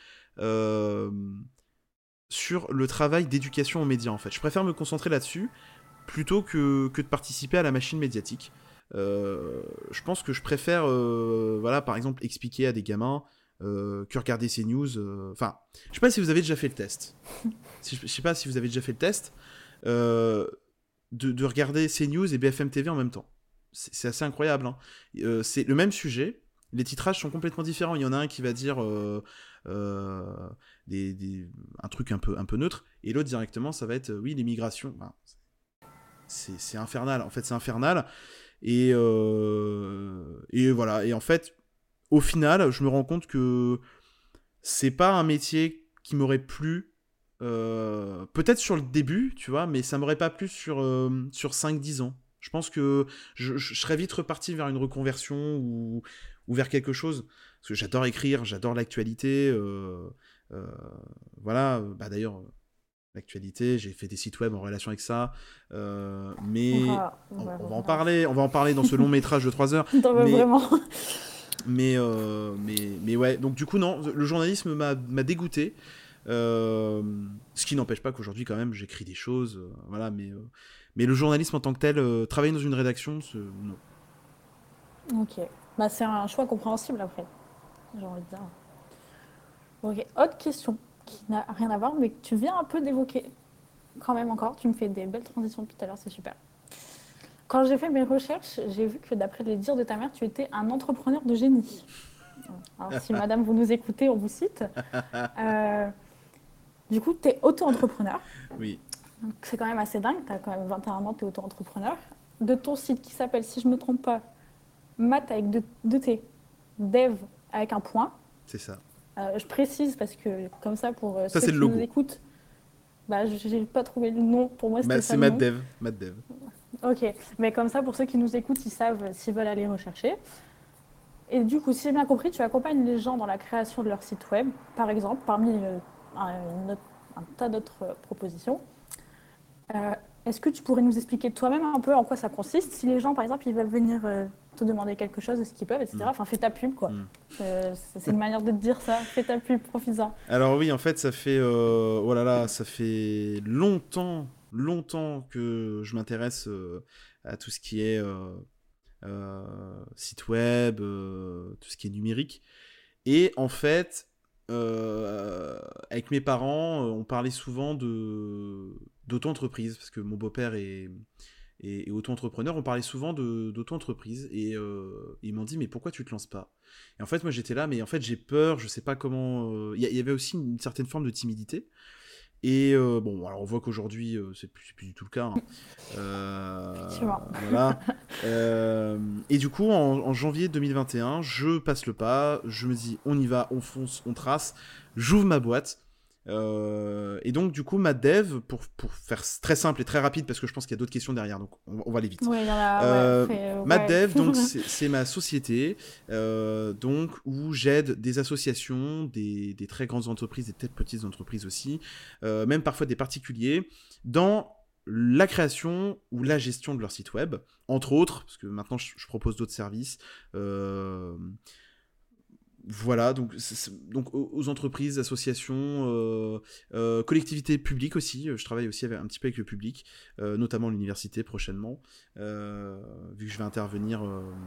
sur le travail d'éducation aux médias, en fait. Je préfère me concentrer là-dessus, plutôt que de participer à la machine médiatique. Je pense que je préfère, voilà, par exemple, expliquer à des gamins que regarder CNews. Enfin, je sais pas si vous avez déjà fait le test. Je sais pas si vous avez déjà fait le test de regarder CNews et BFM TV en même temps. C'est assez incroyable. Hein. C'est le même sujet. Les titrages sont complètement différents. Il y en a un qui va dire un truc un peu neutre, et l'autre directement, ça va être oui, l'immigration. Ben, c'est infernal. En fait, c'est infernal. Et voilà. Et en fait, au final, je me rends compte que c'est pas un métier qui m'aurait plu. Peut-être sur le début, tu vois, mais ça m'aurait pas plu sur 5-10 ans. Je pense que je serais vite reparti vers une reconversion ou vers quelque chose. Parce que j'adore écrire, j'adore l'actualité. Voilà, bah d'ailleurs, l'actualité, j'ai fait des sites web en relation avec ça. Mais on va en parler. On va en parler dans ce long métrage de 3 heures. Non, mais vraiment. Mais ouais, donc du coup, non, le journalisme m'a dégoûté. Ce qui n'empêche pas qu'aujourd'hui, quand même, j'écris des choses. Voilà, mais le journalisme en tant que tel, travailler dans une rédaction, non. Ok. Bah, c'est un choix compréhensible après, j'ai envie de dire. Ok, autre question qui n'a rien à voir, mais que tu viens un peu d'évoquer quand même encore. Tu me fais des belles transitions depuis tout à l'heure, c'est super. Quand j'ai fait mes recherches, j'ai vu que d'après les dires de ta mère, tu étais un entrepreneur de génie. Alors si madame vous nous écoutez, on vous cite. Du coup, tu es auto-entrepreneur. Oui. Donc, c'est quand même assez dingue, tu as quand même 21 ans, tu es auto-entrepreneur. De ton site qui s'appelle, si je ne me trompe pas, Math avec deux T, Dev avec un point. C'est ça. Je précise parce que comme ça, pour Ça, ceux c'est qui le logo. nous écoutent, bah, j'ai pas trouvé le nom. Pour moi, c'était ça C'est le nom. Math Dev. Ok, mais comme ça, pour ceux qui nous écoutent, ils savent s'ils veulent aller rechercher. Et du coup, si j'ai bien compris, tu accompagnes les gens dans la création de leur site web, par exemple, parmi un tas d'autres propositions. Est-ce que tu pourrais nous expliquer toi-même un peu en quoi ça consiste? Si les gens, par exemple, ils veulent venir te demander quelque chose, est-ce qu'ils peuvent, etc. Enfin, fais ta pub, quoi. C'est une manière de te dire ça. Fais ta pub, profites-en. Alors oui, en fait, ça fait oh là là, ça fait longtemps que je m'intéresse à tout ce qui est site web, tout ce qui est numérique. Et en fait, avec mes parents, on parlait souvent d'auto-entreprise, parce que mon beau-père est auto-entrepreneur, on parlait souvent d'auto-entreprise, et ils m'ont dit, mais pourquoi tu te lances pas? Et en fait, moi j'étais là, mais en fait j'ai peur, je sais pas comment... Il y avait aussi une certaine forme de timidité. Et bon, alors on voit qu'aujourd'hui, c'est plus du tout le cas. Hein. Voilà. Et du coup, en janvier 2021, je passe le pas, je me dis, on y va, on fonce, on trace, j'ouvre ma boîte. Et donc, du coup, ma dev, pour faire très simple et très rapide, parce que je pense qu'il y a d'autres questions derrière, donc on va aller vite. Oui, il y en a, ma dev, donc, c'est ma société, donc, où j'aide des associations, des très grandes entreprises, des peut-être petites entreprises aussi, même parfois des particuliers, dans la création ou la gestion de leur site web, entre autres, parce que maintenant je propose d'autres services. Voilà, donc aux entreprises, associations, collectivités publiques aussi. Je travaille aussi un petit peu avec le public, notamment l'université prochainement, vu que je vais intervenir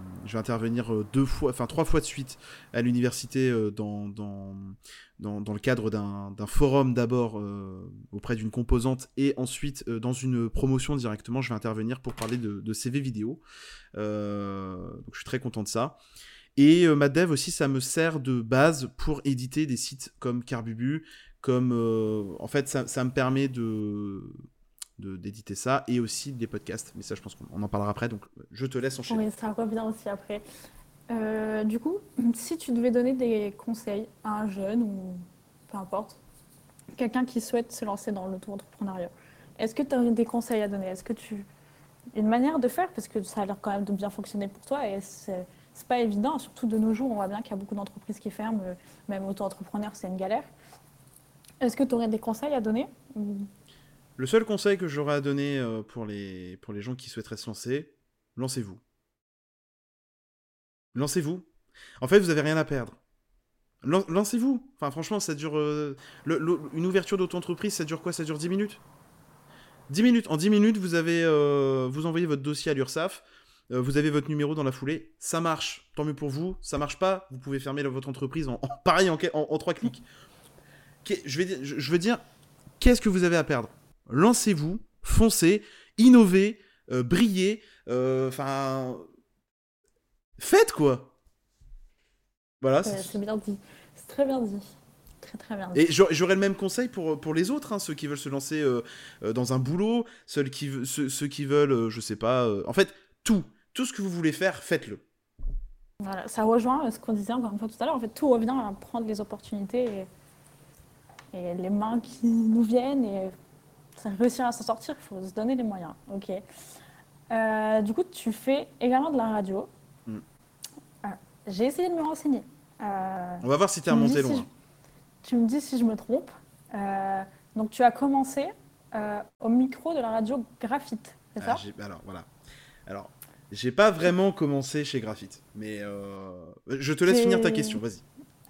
3 fois de suite à l'université dans le cadre d'un forum d'abord auprès d'une composante, et ensuite dans une promotion directement, je vais intervenir pour parler de CV vidéo. Donc je suis très content de ça. Et ma dev aussi, ça me sert de base pour éditer des sites comme Carbubu, comme en fait ça me permet d'éditer ça, et aussi des podcasts. Mais ça, je pense qu'on en parlera après, donc je te laisse enchaîner. Oui, ça revient aussi après. Du coup, si tu devais donner des conseils à un jeune ou peu importe, quelqu'un qui souhaite se lancer dans l'auto-entrepreneuriat, est-ce que tu as des conseils à donner? Est-ce que tu une manière de faire, parce que ça a l'air quand même de bien fonctionner pour toi, et c'est pas évident, surtout de nos jours, on voit bien qu'il y a beaucoup d'entreprises qui ferment, même auto-entrepreneur, c'est une galère. Est-ce que tu aurais des conseils à donner? Le seul conseil que j'aurais à donner pour les gens qui souhaiteraient se lancer, lancez-vous. Lancez-vous. En fait, vous avez rien à perdre. Lancez-vous. Enfin, franchement, ça dure... une ouverture d'auto-entreprise, ça dure quoi? Ça dure 10 minutes? 10 minutes. En 10 minutes, vous envoyez votre dossier à l'URSSAF. vous avez votre numéro dans la foulée, ça marche, tant mieux pour vous, ça marche pas, vous pouvez fermer votre entreprise pareil en 3 clics. Je veux dire, qu'est-ce que vous avez à perdre ? Lancez-vous, foncez, innovez, brillez, faites quoi. Voilà. C'est bien dit, c'est très bien dit. Très bien dit. Et j'aurais le même conseil pour les autres, hein, ceux qui veulent se lancer dans un boulot, ceux qui veulent, je sais pas, en fait, tout ce que vous voulez faire, faites-le. Voilà, ça rejoint ce qu'on disait encore une fois tout à l'heure. En fait, tout revient à prendre les opportunités et les mains qui nous viennent et réussir à s'en sortir. Il faut se donner les moyens. Ok. Du coup, tu fais également de la radio. J'ai essayé de me renseigner. On va voir si tu es remonté loin. Tu me dis si je me trompe. Donc, tu as commencé au micro de la radio Graphite, c'est ça ? Alors, voilà. Alors, j'ai pas vraiment commencé chez Graphite, mais je te laisse finir ta question, vas-y.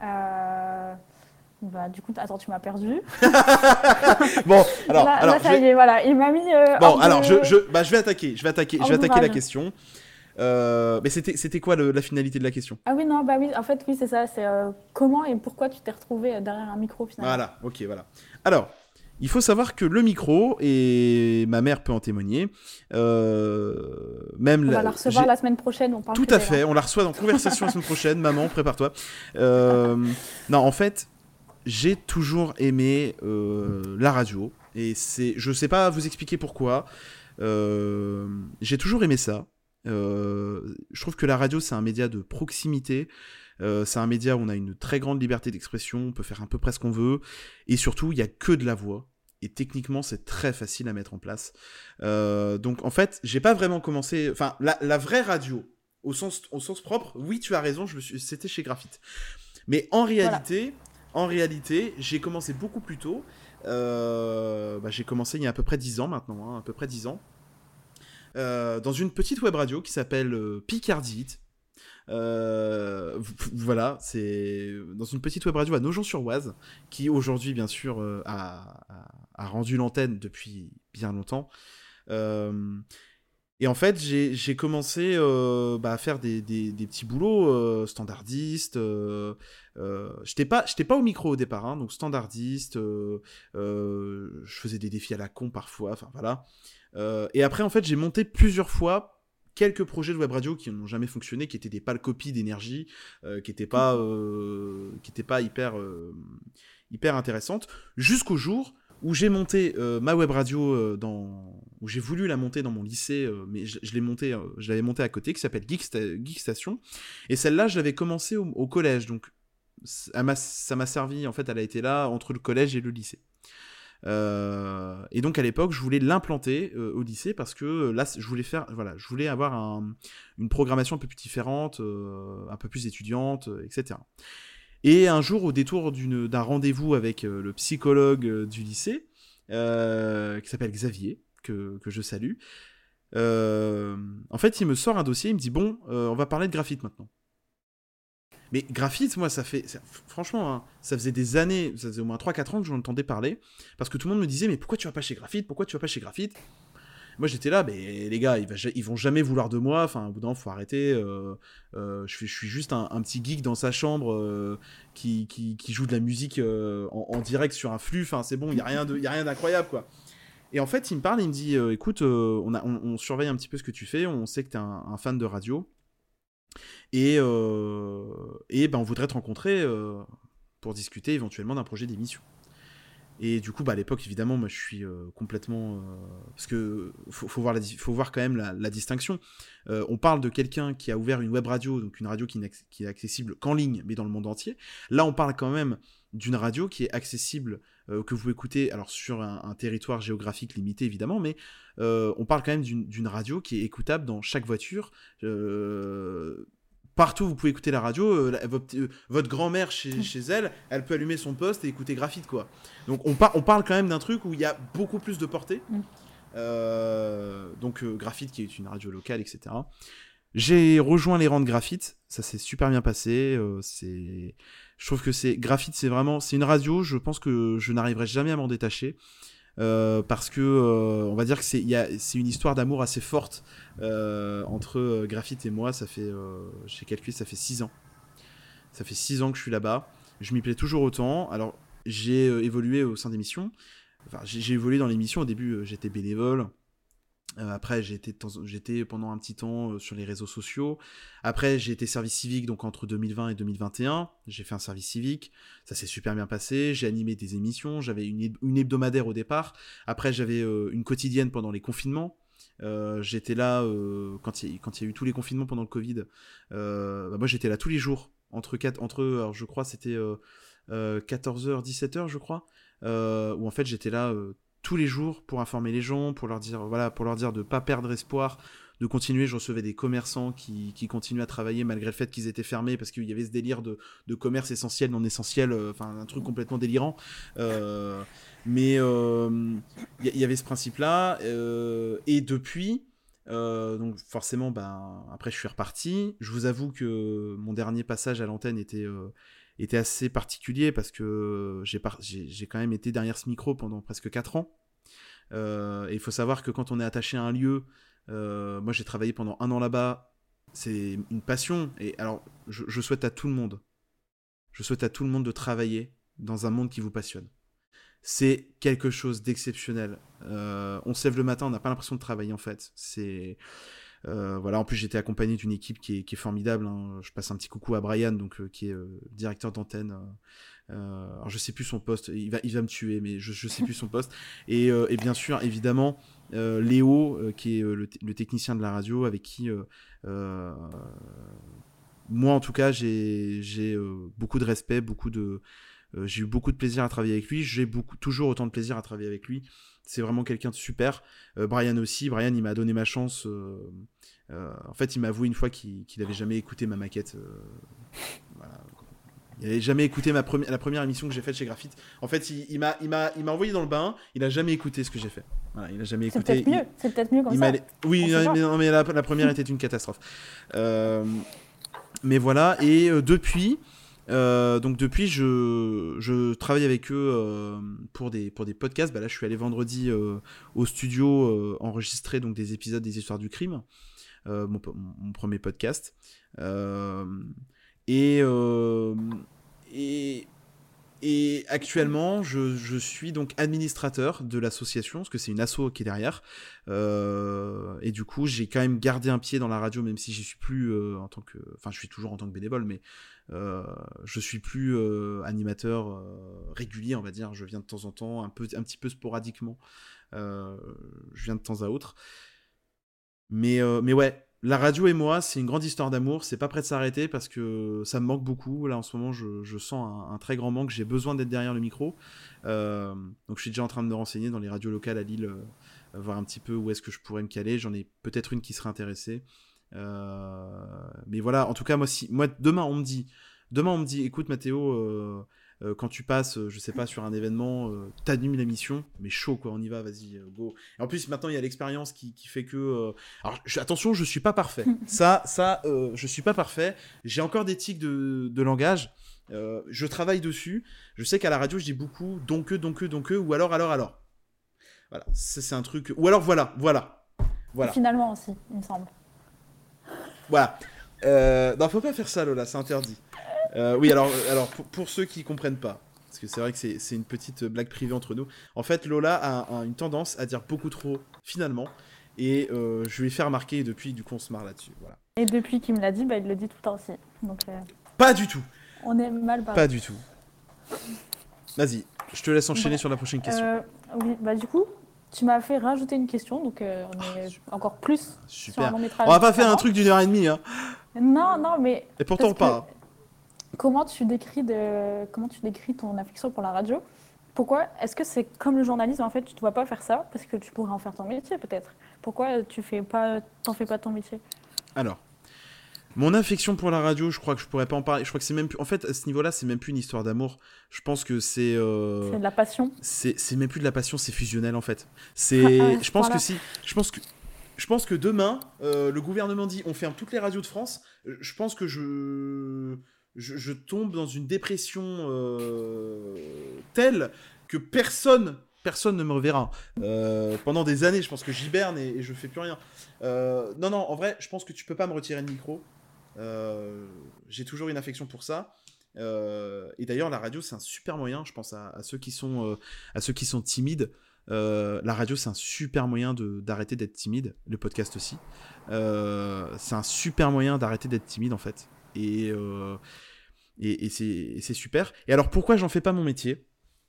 Du coup, attends, tu m'as perdu. Bon, alors, là, ça y est, voilà, il m'a mis. Bon, alors, je vais attaquer la question. Mais c'était quoi la finalité de la question ? Ah oui, non, oui, en fait, oui, c'est ça. C'est comment et pourquoi tu t'es retrouvé derrière un micro, finalement. Voilà, ok, voilà. Alors, il faut savoir que le micro, et ma mère peut en témoigner, même... On va la recevoir la semaine prochaine, on parle. Tout à fait, on la reçoit dans Conversation la semaine prochaine. Maman, prépare-toi. Non, en fait, j'ai toujours aimé la radio, et je sais pas vous expliquer pourquoi. J'ai toujours aimé ça. Je trouve que la radio, c'est un média de proximité. C'est un média où on a une très grande liberté d'expression, on peut faire à peu près ce qu'on veut, et surtout, il n'y a que de la voix. Et techniquement, c'est très facile à mettre en place. Donc, en fait, j'ai pas vraiment commencé... Enfin, la vraie radio, au sens propre, oui, tu as raison, c'était chez Graphite. Mais en réalité, j'ai commencé beaucoup plus tôt. J'ai commencé il y a à peu près 10 ans maintenant, à peu près 10 ans. Dans une petite web radio qui s'appelle Picardie Hit. Voilà, c'est dans une petite web radio à Nogent-sur-Oise, qui aujourd'hui, bien sûr, a rendu l'antenne depuis bien longtemps. Et en fait, j'ai commencé à faire des petits boulots standardistes. J'étais pas au micro au départ, hein, donc standardiste. Je faisais des défis à la con parfois, enfin voilà. Et après, en fait, j'ai monté plusieurs fois quelques projets de web radio qui n'ont jamais fonctionné, qui étaient des pâles copies d'énergie, qui n'étaient pas hyper intéressantes, jusqu'au jour où j'ai monté ma web radio où j'ai voulu la monter dans mon lycée, mais je l'avais montée à côté, qui s'appelle Geek Station. Et celle-là, je l'avais commencée au collège, donc ça m'a servi, en fait, elle a été là entre le collège et le lycée. Et donc à l'époque je voulais l'implanter au lycée parce que là je voulais avoir une programmation un peu plus différente, un peu plus étudiante, etc. Et un jour, au détour d'un rendez-vous avec le psychologue du lycée, qui s'appelle Xavier, que je salue, en fait il me sort un dossier, il me dit bon, on va parler de graphite maintenant. Mais Graphite, moi, franchement, hein, ça faisait des années, ça faisait au moins 3-4 ans que j'en entendais parler, parce que tout le monde me disait, mais pourquoi tu vas pas chez Graphite ? Pourquoi tu vas pas chez Graphite ? Moi, j'étais là, mais les gars, ils vont jamais vouloir de moi, enfin, au bout d'un moment, faut arrêter, je suis juste un petit geek dans sa chambre qui joue de la musique en direct sur un flux, enfin, c'est bon, il y a rien d'incroyable, quoi. Et en fait, il me parle, il me dit, écoute, on surveille un petit peu ce que tu fais, on sait que t'es un fan de radio, et on voudrait te rencontrer pour discuter éventuellement d'un projet d'émission. Et du coup, à l'époque, évidemment, moi, je suis complètement... parce que faut voir quand même la distinction. On parle de quelqu'un qui a ouvert une web radio, donc une radio qui est accessible qu'en ligne, mais dans le monde entier. Là, on parle quand même d'une radio qui est accessible, que vous écoutez, alors sur un territoire géographique limité, évidemment, mais on parle quand même d'une radio qui est écoutable dans chaque voiture. Partout, vous pouvez écouter la radio. Votre grand-mère, chez elle peut allumer son poste et écouter Graphite, quoi. Donc, on parle quand même d'un truc où il y a beaucoup plus de portée. Donc, Graphite, qui est une radio locale, etc. J'ai rejoint les rangs de Graphite. Ça s'est super bien passé. Je trouve que Graphite, c'est une radio. Je pense que je n'arriverai jamais à m'en détacher. parce que on va dire que c'est une histoire d'amour assez forte entre Graphite et moi. J'ai calculé, ça fait 6 ans. Ça fait 6 ans que je suis là-bas. Je m'y plais toujours autant. Alors, j'ai évolué au sein des missions. Enfin, j'ai évolué dans l'émission. Au début, j'étais bénévole. Après, j'étais pendant un petit temps sur les réseaux sociaux. Après, j'ai été service civique, donc entre 2020 et 2021. J'ai fait un service civique. Ça s'est super bien passé. J'ai animé des émissions. J'avais une hebdomadaire au départ. Après, j'avais une quotidienne pendant les confinements. J'étais là quand il y a eu tous les confinements pendant le Covid. Moi, j'étais là tous les jours. Alors, je crois, c'était 14h, 17h, je crois. Où en fait, j'étais là tous les jours pour informer les gens, pour leur dire de ne pas perdre espoir, de continuer. Je recevais des commerçants qui continuaient à travailler malgré le fait qu'ils étaient fermés, parce qu'il y avait ce délire de commerce essentiel, non essentiel, un truc complètement délirant. Mais il y avait ce principe-là. Et depuis, donc forcément, après je suis reparti. Je vous avoue que mon dernier passage à l'antenne était assez particulier parce que j'ai quand même été derrière ce micro pendant presque 4 ans. Et il faut savoir que quand on est attaché à un lieu, moi j'ai travaillé pendant 1 an là-bas, c'est une passion. Et alors, je souhaite à tout le monde, de travailler dans un monde qui vous passionne. C'est quelque chose d'exceptionnel. On se lève le matin, on n'a pas l'impression de travailler en fait. Voilà, en plus j'étais accompagné d'une équipe qui est formidable, hein. Je passe un petit coucou à Brian, donc, qui est directeur d'antenne. Alors je sais plus son poste, il va me tuer, mais je sais plus son poste. Et bien sûr, évidemment, Léo, qui est le technicien de la radio, avec qui moi en tout cas j'ai beaucoup de respect, j'ai eu beaucoup de plaisir à travailler avec lui. J'ai toujours autant de plaisir à travailler avec lui. C'est vraiment quelqu'un de super. Brian aussi. Brian, il m'a donné ma chance. En fait, il m'a avoué une fois qu'il n'avait jamais écouté ma maquette. Voilà. Il n'avait jamais écouté la première émission que j'ai faite chez Graphite. En fait, il m'a envoyé dans le bain. Il n'a jamais écouté ce que j'ai fait. Voilà, il n'a jamais écouté. C'est peut-être mieux comme ça. Oui, mais la première était une catastrophe. Mais voilà. Et depuis... depuis, je travaille avec eux pour des podcasts. Là, je suis allé vendredi au studio enregistrer donc des épisodes des Histoires du crime, mon premier podcast. Et actuellement, je suis donc administrateur de l'association, parce que c'est une asso qui est derrière. Et du coup, j'ai quand même gardé un pied dans la radio, même si j'y suis plus je suis toujours en tant que bénévole, mais je suis plus animateur régulier, on va dire. Je viens de temps en temps, un petit peu sporadiquement. Je viens de temps à autre. Mais ouais, la radio et moi, c'est une grande histoire d'amour. C'est pas prêt de s'arrêter parce que ça me manque beaucoup. Là, en ce moment, je sens un très grand manque. J'ai besoin d'être derrière le micro. Donc, je suis déjà en train de me renseigner dans les radios locales à Lille, voir un petit peu où est-ce que je pourrais me caler. J'en ai peut-être une qui serait intéressée. Mais voilà, en tout cas, moi, demain, on me dit, écoute, Mathéo, quand tu passes, je sais pas, sur un événement, t'animes l'émission, mais chaud, quoi, on y va, vas-y, go. Et en plus, maintenant, il y a l'expérience qui fait que... Alors, attention, je suis pas parfait. Je suis pas parfait. J'ai encore des tics de langage. Je travaille dessus. Je sais qu'à la radio, je dis beaucoup donc, ou alors. Voilà, ça, c'est un truc... Ou alors, voilà. Et finalement aussi, il me semble. Voilà. Non, faut pas faire ça, Lola, c'est interdit. Oui, alors pour ceux qui comprennent pas, parce que c'est vrai que c'est une petite blague privée entre nous. En fait, Lola a une tendance à dire beaucoup trop, finalement, et je lui ai fait remarquer, et depuis, du coup, on se marre là-dessus. Voilà. Et depuis qu'il me l'a dit, il le dit tout le temps aussi. Donc, pas du tout. On est mal barré. Pas du tout. Vas-y, je te laisse enchaîner sur la prochaine question. Oui, du coup, tu m'as fait rajouter une question, donc on est encore plus super. Sur un long métrage. On va pas faire un truc d'1h30, hein. Non, mais... Et pourtant pas. Comment tu décris ton affection pour la radio? Pourquoi? Est-ce que c'est comme le journalisme, en fait, tu ne te vois pas faire ça parce que tu pourrais en faire ton métier, peut-être? Pourquoi t'en fais pas ton métier? Alors, mon affection pour la radio, je crois que je pourrais pas en parler. Je crois que c'est même plus... En fait, à ce niveau-là, c'est même plus une histoire d'amour. Je pense que c'est... C'est de la passion. C'est même plus de la passion, c'est fusionnel, en fait. Je pense que si... Je pense que demain, le gouvernement dit on ferme toutes les radios de France. Je pense que je tombe dans une dépression telle que personne personne ne me reverra. Pendant des années, je pense que j'hiberne et je fais plus rien. Non, en vrai, je pense que tu peux pas me retirer le micro. J'ai toujours une affection pour ça. Et d'ailleurs, la radio, c'est un super moyen, je pense à ceux qui sont timides. La radio, c'est un super moyen d'arrêter d'être timide. Le podcast aussi. C'est un super moyen d'arrêter d'être timide, en fait. Et c'est super. Et alors, pourquoi j'en fais pas mon métier ?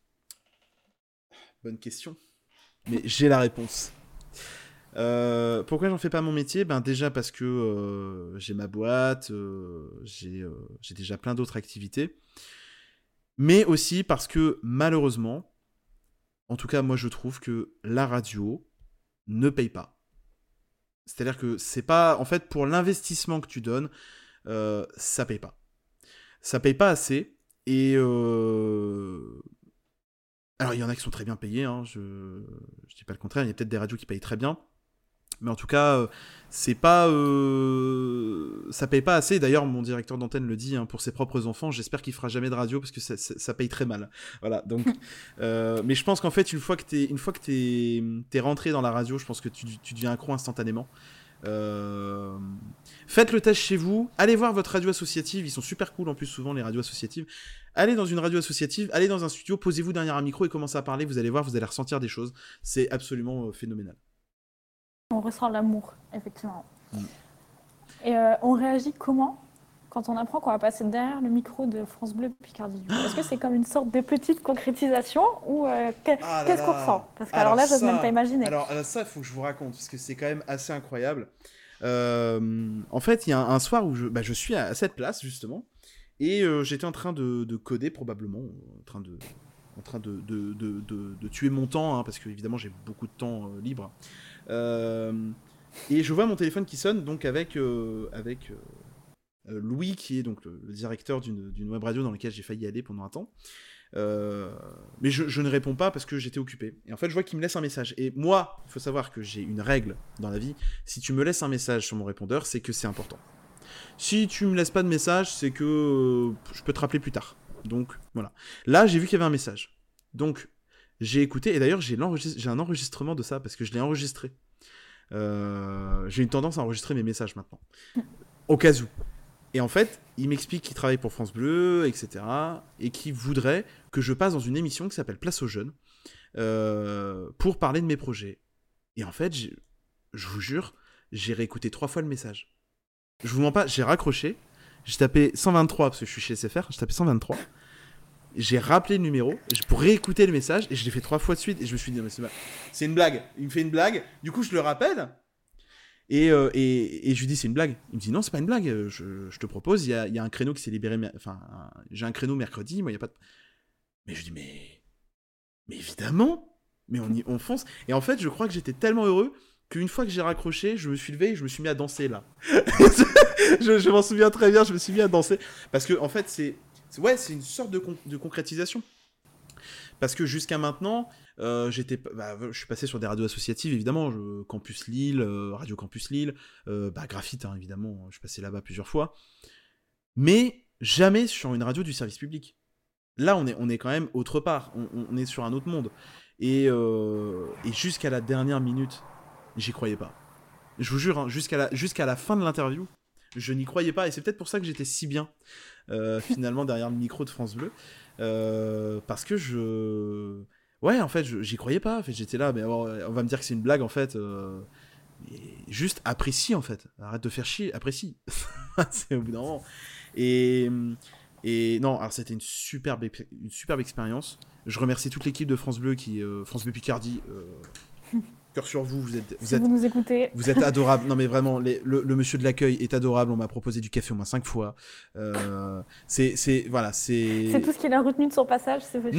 Bonne question. Mais j'ai la réponse. Pourquoi j'en fais pas mon métier ? Ben déjà parce que j'ai ma boîte, j'ai déjà plein d'autres activités. Mais aussi parce que malheureusement, en tout cas moi je trouve que la radio ne paye pas. C'est-à-dire que c'est pas... En fait, pour l'investissement que tu donnes, ça paye pas. Ça paye pas assez. Et... Alors, il y en a qui sont très bien payés, hein, je dis pas le contraire, il y a peut-être des radios qui payent très bien. Mais en tout cas, c'est pas... ça paye pas assez. D'ailleurs, mon directeur d'antenne le dit, hein, pour ses propres enfants, j'espère qu'il fera jamais de radio parce que ça paye très mal. Voilà, donc... mais je pense qu'en fait, une fois que t'es rentré dans la radio, je pense que tu deviens accro instantanément. Faites le test chez vous, allez voir votre radio associative, ils sont super cool en plus souvent les radios associatives. Allez dans une radio associative, allez dans un studio, posez-vous derrière un micro et commencez à parler, vous allez voir, vous allez ressentir des choses. C'est absolument phénoménal. On ressent l'amour, effectivement. Mm. Et on réagit comment quand on apprend qu'on va passer derrière le micro de France Bleu Picardie? Est-ce que c'est comme une sorte de petite concrétisation ou qu'est-ce qu'on ressent? Parce que alors là, j'ose même pas imaginer. Alors ça, il faut que je vous raconte, parce que c'est quand même assez incroyable. En fait, il y a un soir où je suis à cette place, justement, et j'étais en train de coder, probablement, en train de tuer mon temps, hein, parce que évidemment j'ai beaucoup de temps libre. Et je vois mon téléphone qui sonne, donc avec Louis, qui est donc le directeur d'une web radio dans laquelle j'ai failli aller pendant un temps. Mais je ne réponds pas parce que j'étais occupé. Et en fait, je vois qu'il me laisse un message. Et moi, il faut savoir que j'ai une règle dans la vie. Si tu me laisses un message sur mon répondeur, c'est que c'est important. Si tu me laisses pas de message, c'est que je peux te rappeler plus tard. Donc, voilà. Là, j'ai vu qu'il y avait un message. Donc, j'ai écouté. Et d'ailleurs, j'ai un enregistrement de ça parce que je l'ai enregistré. J'ai une tendance à enregistrer mes messages maintenant. Au cas où. Et en fait, il m'explique qu'il travaille pour France Bleu, etc. Et qu'il voudrait que je passe dans une émission qui s'appelle Place aux Jeunes pour parler de mes projets. Et en fait, je vous jure, j'ai réécouté 3 fois le message. Je vous mens pas, j'ai raccroché, j'ai tapé 123 parce que je suis chez SFR, j'ai tapé 123. J'ai rappelé le numéro pour réécouter le message et je l'ai fait 3 fois de suite et je me suis dit, non, mais c'est une blague. Il me fait une blague, du coup je le rappelle. Et je lui dis, c'est une blague. Il me dit, non, c'est pas une blague. Je te propose, il y a un créneau qui s'est libéré. Enfin, j'ai un créneau mercredi, moi, il n'y a pas de. Mais je dis, mais évidemment. Mais on fonce. Et en fait, je crois que j'étais tellement heureux qu'une fois que j'ai raccroché, je me suis levé et je me suis mis à danser là. je m'en souviens très bien, je me suis mis à danser. Parce que, en fait, c'est une sorte de concrétisation. Parce que jusqu'à maintenant, je suis passé sur des radios associatives, évidemment, Campus Lille, Radio Campus Lille, Graphite, hein, évidemment, je suis passé là-bas plusieurs fois. Mais jamais sur une radio du service public. Là, on est quand même autre part, on est sur un autre monde. Et jusqu'à la dernière minute, j'y croyais pas. Je vous jure, hein, jusqu'à la fin de l'interview, je n'y croyais pas. Et c'est peut-être pour ça que j'étais si bien, finalement, derrière le micro de France Bleu. Parce que ouais, en fait, j'y croyais pas. En fait, j'étais là, mais alors, on va me dire que c'est une blague, en fait. Mais juste apprécie, en fait. Arrête de faire chier, apprécie. C'est au bout d'un moment. Et non, alors c'était une superbe expérience. Je remercie toute l'équipe de France Bleu, France Bleu Picardie. Cœur sur vous, vous nous écoutez. Vous êtes adorable. Non mais vraiment, le monsieur de l'accueil est adorable. On m'a proposé du café au moins 5 fois. C'est tout ce qu'il a retenu de son passage.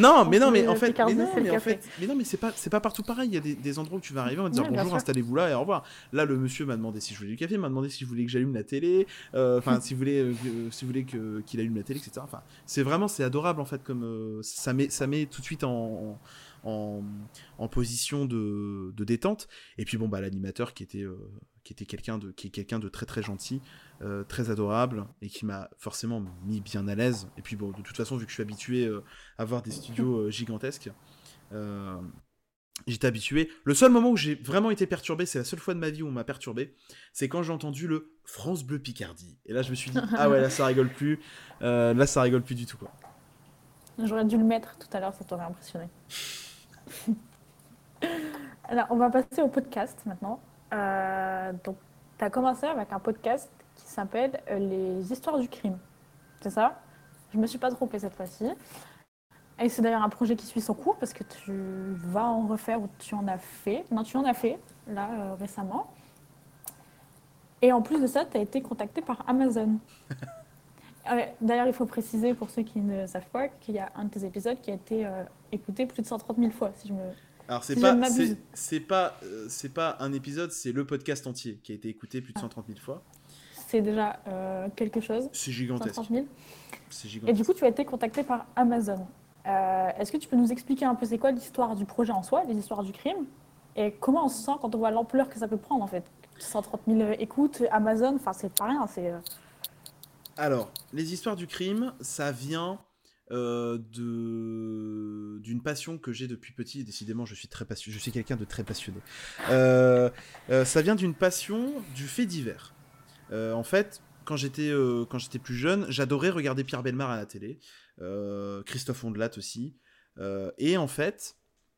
Mais c'est pas partout pareil. Il y a des endroits où tu vas arriver, on va te dire bonjour, installez-vous là et au revoir. Là, le monsieur m'a demandé si je voulais du café, m'a demandé si je voulais que j'allume la télé, si vous voulez qu'il allume la télé, etc. Enfin, c'est adorable en fait, comme ça met tout de suite en position de détente. Et puis bon, l'animateur qui est quelqu'un de très très gentil, très adorable, et qui m'a forcément mis bien à l'aise. Et puis bon, de toute façon, vu que je suis habitué à voir des studios gigantesques, J'étais habitué. Le seul moment où j'ai vraiment été perturbé, c'est la seule fois de ma vie où on m'a perturbé, c'est quand j'ai entendu le France Bleu Picardie. Et là, je me suis dit, ah ouais, là, ça rigole plus. Là, ça rigole plus du tout, quoi. J'aurais dû le mettre tout à l'heure, ça t'aurait impressionné. Alors, on va passer au podcast maintenant. Donc, tu as commencé avec un podcast qui s'appelle Les histoires du crime. C'est ça? Je me suis pas trompée cette fois-ci. Et c'est d'ailleurs un projet qui suit son cours parce que tu vas en refaire ou tu en as fait. Non, tu en as fait, là, récemment. Et en plus de ça, tu as été contacté par Amazon. D'ailleurs, il faut préciser pour ceux qui ne savent pas qu'il y a un de tes épisodes qui a été écouté plus de 130 000 fois, Alors, si je ne m'abuse. c'est pas un épisode, c'est le podcast entier qui a été écouté plus de 130 000 fois. C'est déjà quelque chose. C'est gigantesque. 130 000. C'est Et gigantesque. du coup, tu as été contacté par Amazon. Est-ce que tu peux nous expliquer un peu c'est quoi l'histoire du projet en soi, les histoires du crime, et comment on se sent quand on voit l'ampleur que ça peut prendre en fait? 130 000 écoutes, Amazon, enfin c'est pas rien, c'est... Alors, les histoires du crime, ça vient d'une passion que j'ai depuis petit. Décidément, je suis très passionné. Je suis quelqu'un de très passionné. Ça vient d'une passion du fait divers. En fait, quand j'étais plus jeune, j'adorais regarder Pierre Bellemare à la télé, Christophe Ondelat aussi. Et en fait,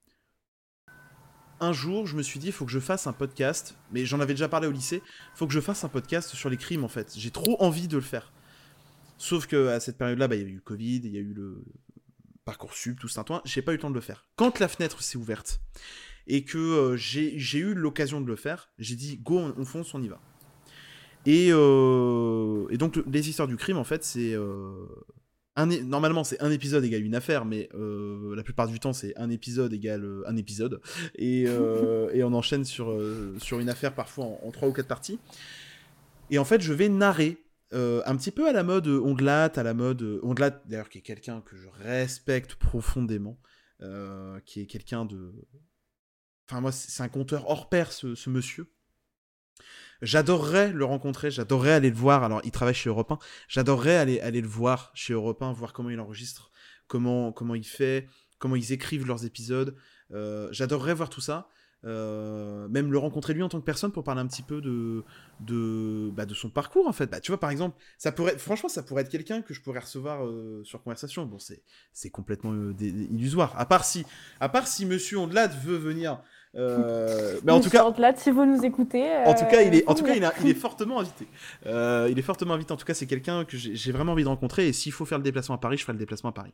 un jour, je me suis dit, il faut que je fasse un podcast. Mais j'en avais déjà parlé au lycée. Il faut que je fasse un podcast sur les crimes, en fait. J'ai trop envie de le faire. Sauf qu'à cette période-là, il y a eu le Covid, il y a eu le Parcoursup, tout ça. J'ai pas eu le temps de le faire. Quand la fenêtre s'est ouverte et que j'ai eu l'occasion de le faire, j'ai dit, go, on fonce, on y va. Et donc, les histoires du crime, en fait, c'est... normalement, c'est un épisode égale une affaire, mais la plupart du temps, c'est un épisode égale un épisode. Et on enchaîne sur une affaire, parfois en 3 ou 4 parties. Et en fait, je vais narrer un petit peu à la mode Ondelat, Ondelat, d'ailleurs, qui est quelqu'un que je respecte profondément, qui est quelqu'un de... Enfin, moi, c'est un conteur hors pair, ce monsieur. J'adorerais le rencontrer, j'adorerais aller le voir. Alors, il travaille chez Europe 1. J'adorerais aller le voir chez Europe 1, voir comment il enregistre, comment il fait, comment ils écrivent leurs épisodes. J'adorerais voir tout ça. Même le rencontrer lui en tant que personne pour parler un petit peu de son parcours, en fait. Bah, tu vois, par exemple, franchement, ça pourrait être quelqu'un que je pourrais recevoir sur conversation. Bon, c'est complètement illusoire. À part si Monsieur Ondelat veut venir... mais en tout cas, Là, si vous nous écoutez... en tout cas, il est fortement invité. Il est fortement invité. En tout cas, c'est quelqu'un que j'ai vraiment envie de rencontrer. Et s'il faut faire le déplacement à Paris, je ferai le déplacement à Paris.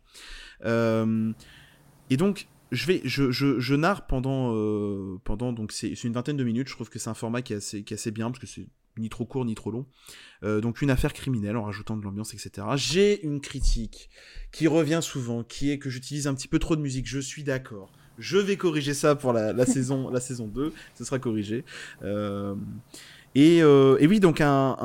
Et donc, je narre pendant donc c'est une vingtaine de minutes. Je trouve que c'est un format qui est assez bien parce que c'est ni trop court ni trop long. Donc une affaire criminelle en rajoutant de l'ambiance, etc. J'ai une critique qui revient souvent, qui est que j'utilise un petit peu trop de musique. Je suis d'accord. Je vais corriger ça pour la saison 2. Ce sera corrigé. Et oui, donc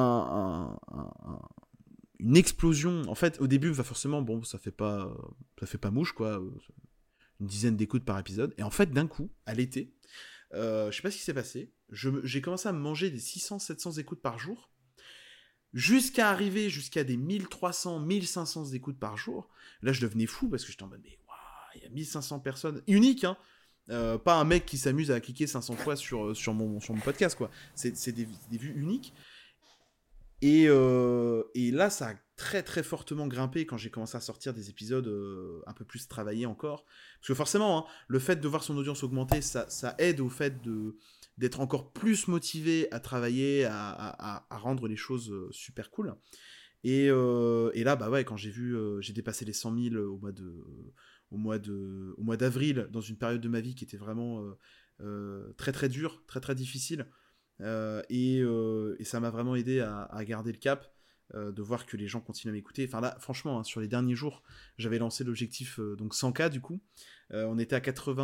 une explosion. En fait, au début, forcément, bon, ça fait pas mouche, quoi. Une dizaine d'écoutes par épisode. Et en fait, d'un coup, à l'été, je sais pas ce qui s'est passé. J'ai commencé à me manger des 600-700 écoutes par jour. Jusqu'à arriver jusqu'à des 1300, 1500 écoutes par jour. Là, je devenais fou parce que j'étais en mode, mais waouh, il y a 1500 personnes uniques, hein. Pas un mec qui s'amuse à cliquer 500 fois sur mon podcast, quoi. C'est des vues uniques. Et là, ça a très très fortement grimpé quand j'ai commencé à sortir des épisodes un peu plus travaillés encore. Parce que forcément, hein, le fait de voir son audience augmenter, ça aide au fait d'être encore plus motivé à travailler, à rendre les choses super cool. Et là, bah ouais, quand j'ai dépassé les 100 000 au mois d'avril, dans une période de ma vie qui était vraiment très très dure, très très difficile. Et ça m'a vraiment aidé à garder le cap, de voir que les gens continuent à m'écouter. Enfin là, franchement, hein, sur les derniers jours, j'avais lancé l'objectif donc 100K du coup. On était à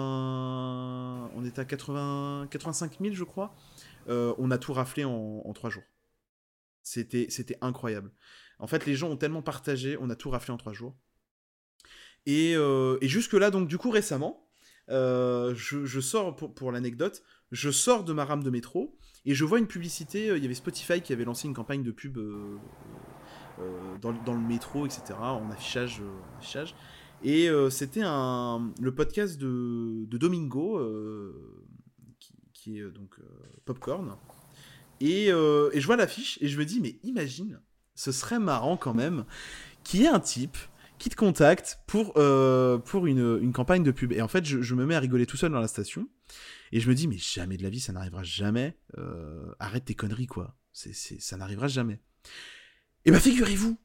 85 000, je crois. On a tout raflé en 3 jours. C'était incroyable. En fait, les gens ont tellement partagé, on a tout raflé en 3 jours. Et jusque-là, donc du coup, récemment, je sors, pour l'anecdote, je sors de ma rame de métro et je vois une publicité. Il y avait Spotify qui avait lancé une campagne de pub dans le métro, etc., en affichage. Et c'était le podcast de Domingo, qui est donc Popcorn. Et je vois l'affiche et je me dis, mais imagine, ce serait marrant quand même qu'il y ait un type qui te contacte pour une campagne de pub. Et en fait, je me mets à rigoler tout seul dans la station. Et je me dis, mais jamais de la vie, ça n'arrivera jamais. Arrête tes conneries, quoi. Ça n'arrivera jamais. Et bah, figurez-vous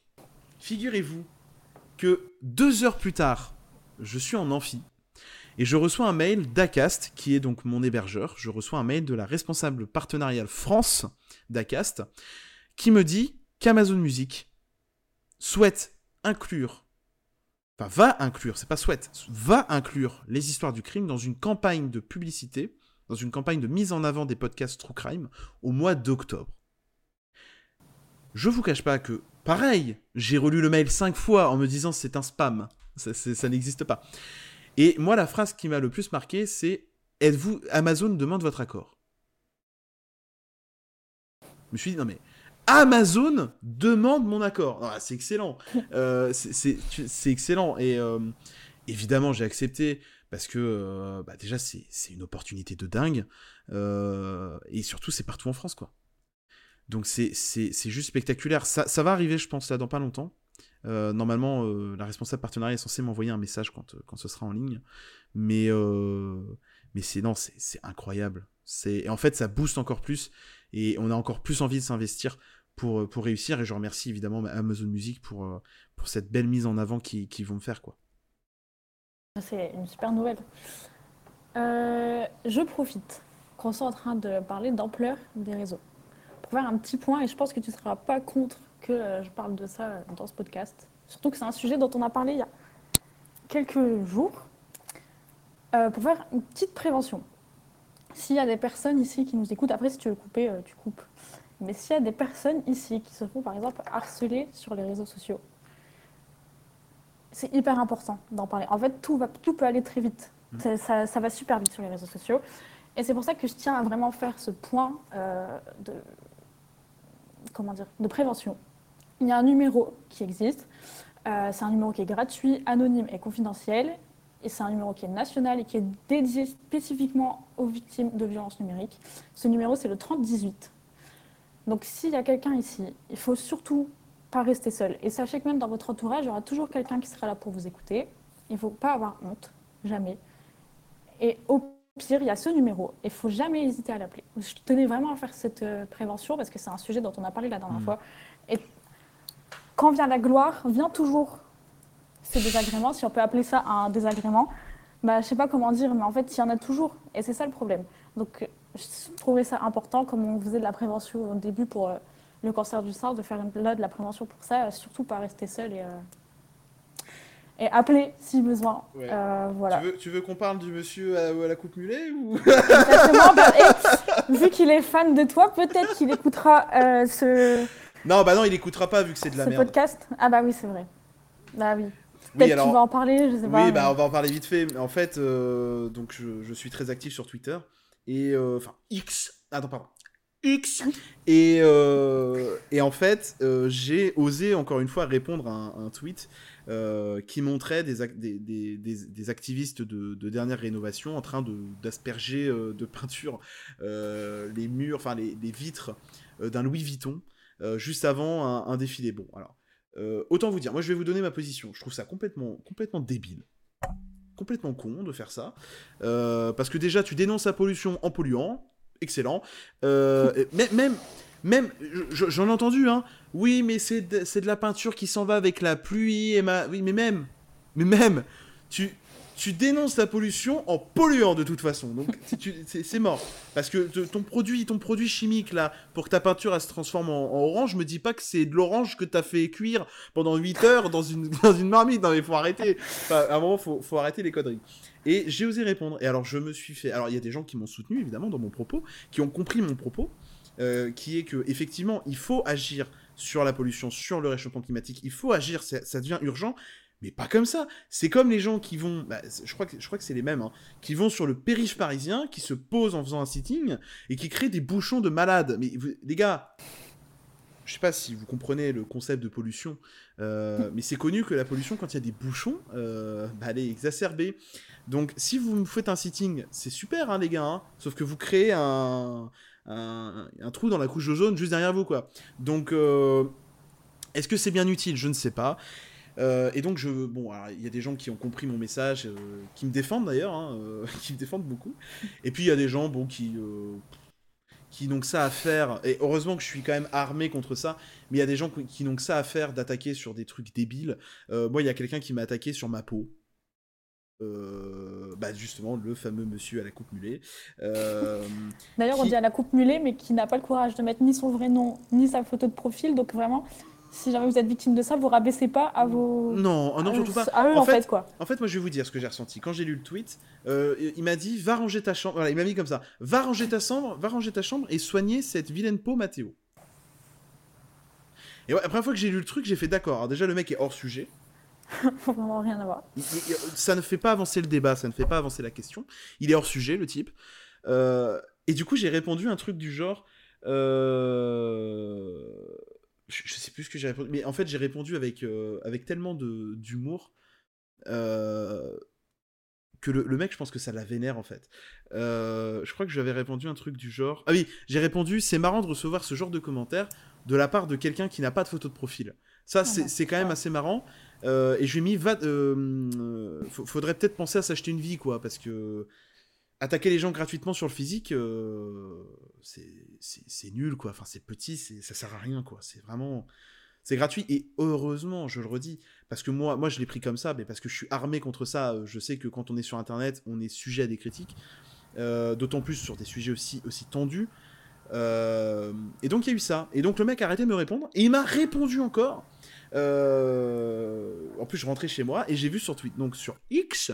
que 2 heures plus tard, je suis en amphi. Et je reçois un mail d'Acast, qui est donc mon hébergeur. Je reçois un mail de la responsable partenariale France d'Acast, qui me dit qu'Amazon Music souhaite inclure, enfin va inclure, c'est pas souhaite, va inclure les histoires du crime dans une campagne de publicité, dans une campagne de mise en avant des podcasts True Crime au mois d'octobre. Je vous cache pas que, pareil, j'ai relu le mail 5 fois en me disant c'est un spam, ça n'existe pas. Et moi, la phrase qui m'a le plus marqué, c'est « Amazon demande votre accord ». Je me suis dit, non mais, Amazon demande mon accord. Non, c'est excellent. C'est excellent. Et évidemment, j'ai accepté parce que déjà, c'est une opportunité de dingue. Et surtout, c'est partout en France, quoi. Donc, c'est juste spectaculaire. Ça va arriver, je pense, là, dans pas longtemps. Normalement, la responsable partenariat est censée m'envoyer un message quand ce sera en ligne. Mais c'est incroyable. Et en fait, ça booste encore plus. Et on a encore plus envie de s'investir pour réussir. Et je remercie évidemment Amazon Music pour cette belle mise en avant qu'ils vont me faire, quoi. C'est une super nouvelle. Je profite qu'on soit en train de parler d'ampleur des réseaux pour faire un petit point, et je pense que tu ne seras pas contre que je parle de ça dans ce podcast. Surtout que c'est un sujet dont on a parlé il y a quelques jours, pour faire une petite prévention. S'il y a des personnes ici qui nous écoutent, après si tu veux couper, tu coupes. Mais s'il y a des personnes ici qui se font par exemple harceler sur les réseaux sociaux, c'est hyper important d'en parler. En fait, tout peut aller très vite. Ça va super vite sur les réseaux sociaux. Et c'est pour ça que je tiens à vraiment faire ce point de prévention. Il y a un numéro qui existe. C'est un numéro qui est gratuit, anonyme et confidentiel. Et c'est un numéro qui est national et qui est dédié spécifiquement aux victimes de violences numériques. Ce numéro, c'est le 3018. Donc s'il y a quelqu'un ici, il ne faut surtout pas rester seul. Et sachez que même dans votre entourage, il y aura toujours quelqu'un qui sera là pour vous écouter. Il ne faut pas avoir honte, jamais. Et au pire, il y a ce numéro. Il ne faut jamais hésiter à l'appeler. Je tenais vraiment à faire cette prévention parce que c'est un sujet dont on a parlé la dernière fois. Et quand vient la gloire, vient toujours ces désagréments, si on peut appeler ça un désagrément. Je ne sais pas comment dire, mais en fait, il y en a toujours. Et c'est ça le problème. Donc, je trouvais ça important, comme on faisait de la prévention au début pour le cancer du sein, de faire là de la prévention pour ça, surtout pas rester seul et appeler si besoin. Ouais. Voilà. Tu veux qu'on parle du monsieur à la coupe mulet ou... Exactement. Et vu qu'il est fan de toi, peut-être qu'il écoutera ce... Non, il écoutera pas vu que c'est de la merde. Ce podcast. Ah bah oui, c'est vrai. Bah oui. Peut-être que tu vas en parler, je sais pas. Oui, on va en parler vite fait. En fait, donc je suis très actif sur Twitter. Et enfin, X. Attends, pardon. X. Et en fait, j'ai osé encore une fois répondre à un tweet qui montrait des activistes de dernière rénovation en train d'asperger de peinture les murs, enfin les vitres d'un Louis Vuitton juste avant un défilé. Bon, alors. Autant vous dire, moi je vais vous donner ma position. Je trouve ça complètement débile. Complètement con de faire ça. Parce que déjà, tu dénonces la pollution en polluant. Excellent. Même j'en ai entendu, hein. Oui, mais c'est de la peinture qui s'en va avec la pluie. Oui, mais même, tu dénonces la pollution en polluant de toute façon. Donc, c'est mort. Parce que ton produit chimique, là, pour que ta peinture elle se transforme en orange, me dis pas que c'est de l'orange que t'as fait cuire pendant 8 heures dans une marmite. Non, mais faut arrêter. Enfin, à un moment, faut arrêter les conneries. Et j'ai osé répondre. Et alors, je me suis fait... Alors, il y a des gens qui m'ont soutenu, évidemment, dans mon propos, qui ont compris mon propos, qui est que effectivement, il faut agir sur la pollution, sur le réchauffement climatique. Il faut agir, ça devient urgent. Mais pas comme ça. C'est comme les gens qui vont... je crois que c'est les mêmes, hein, qui vont sur le périph' parisien, qui se posent en faisant un sitting, et qui créent des bouchons de malades. Mais les gars, je sais pas si vous comprenez le concept de pollution, mais c'est connu que la pollution, quand il y a des bouchons, elle est exacerbée. Donc, si vous me faites un sitting, c'est super, hein, les gars, hein, sauf que vous créez un trou dans la couche d'ozone juste derrière vous, quoi. Donc, est-ce que c'est bien utile? Je ne sais pas. Et donc, bon, il y a des gens qui ont compris mon message, qui me défendent d'ailleurs, hein, qui me défendent beaucoup. Et puis, il y a des gens, bon, qui n'ont que ça à faire, et heureusement que je suis quand même armé contre ça, mais il y a des gens qui n'ont que ça à faire d'attaquer sur des trucs débiles. Moi, il y a quelqu'un qui m'a attaqué sur ma peau. Justement, le fameux monsieur à la coupe mulet. D'ailleurs, on dit à la coupe mulet, mais qui n'a pas le courage de mettre ni son vrai nom, ni sa photo de profil. Donc vraiment, si jamais vous êtes victime de ça, vous rabaissez pas à vos... Non, oh non, surtout pas. à eux, en fait, quoi. En fait, moi, je vais vous dire ce que j'ai ressenti. Quand j'ai lu le tweet, il m'a dit, va ranger ta chambre. Voilà, il m'a mis comme ça. Va ranger ta chambre et soigner cette vilaine peau, Mathéo. Et ouais, la première fois que j'ai lu le truc, j'ai fait d'accord. Alors déjà, le mec est hors sujet. Faut vraiment rien avoir. Ça ne fait pas avancer le débat, ça ne fait pas avancer la question. Il est hors sujet, le type. Et du coup, j'ai répondu un truc du genre... Je sais plus ce que j'ai répondu, mais en fait, j'ai répondu avec tellement d'humour que le mec, je pense que ça la vénère, en fait. Je crois que j'avais répondu un truc du genre... Ah oui, j'ai répondu, c'est marrant de recevoir ce genre de commentaires de la part de quelqu'un qui n'a pas de photo de profil. Ça, c'est quand même assez marrant. Et je lui ai mis, faudrait peut-être penser à s'acheter une vie, quoi, parce que attaquer les gens gratuitement sur le physique, c'est nul, quoi. Enfin, c'est petit, ça sert à rien, quoi. C'est vraiment... C'est gratuit, et heureusement, je le redis, parce que moi je l'ai pris comme ça, mais parce que je suis armé contre ça. Je sais que quand on est sur Internet, on est sujet à des critiques, d'autant plus sur des sujets aussi tendus. Et donc il y a eu ça. Et donc le mec a arrêté de me répondre, et il m'a répondu encore. En plus, je rentrais chez moi, et j'ai vu sur Twitter, donc sur X,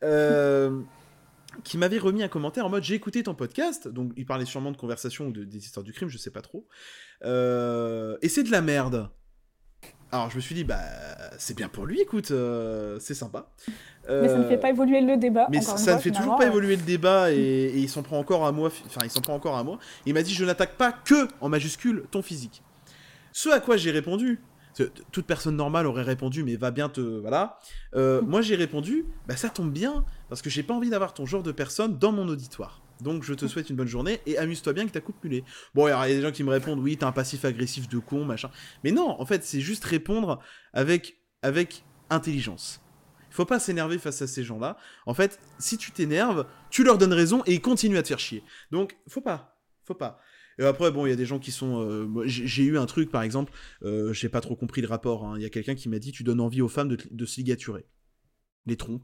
qui m'avait remis un commentaire en mode j'ai écouté ton podcast, donc il parlait sûrement de conversation ou des histoires du crime, je sais pas trop, et c'est de la merde. Alors je me suis dit, c'est bien pour lui, écoute, c'est sympa. Mais ça ne fait pas évoluer le débat. Mais encore ça une ne fois, fait toujours pas évoluer le débat, et il s'en prend encore à moi. Enfin, il s'en prend encore à moi. Et il m'a dit, je n'attaque pas que, en majuscule, ton physique. Ce à quoi j'ai répondu, toute personne normale aurait répondu, mais va bien te... Voilà. Moi j'ai répondu, ça tombe bien, parce que j'ai pas envie d'avoir ton genre de personne dans mon auditoire. Donc je te souhaite une bonne journée, et amuse-toi bien que ta coupe mulet. Bon, alors il y a des gens qui me répondent, oui, t'as un passif agressif de con, machin. Mais non, en fait, c'est juste répondre avec intelligence. Il faut pas s'énerver face à ces gens-là. En fait, si tu t'énerves, tu leur donnes raison, et ils continuent à te faire chier. Donc, faut pas. Et après, bon, il y a des gens qui sont... j'ai eu un truc, par exemple, j'ai pas trop compris le rapport, hein. Il y a quelqu'un qui m'a dit, tu donnes envie aux femmes de se ligaturer. Les trompes.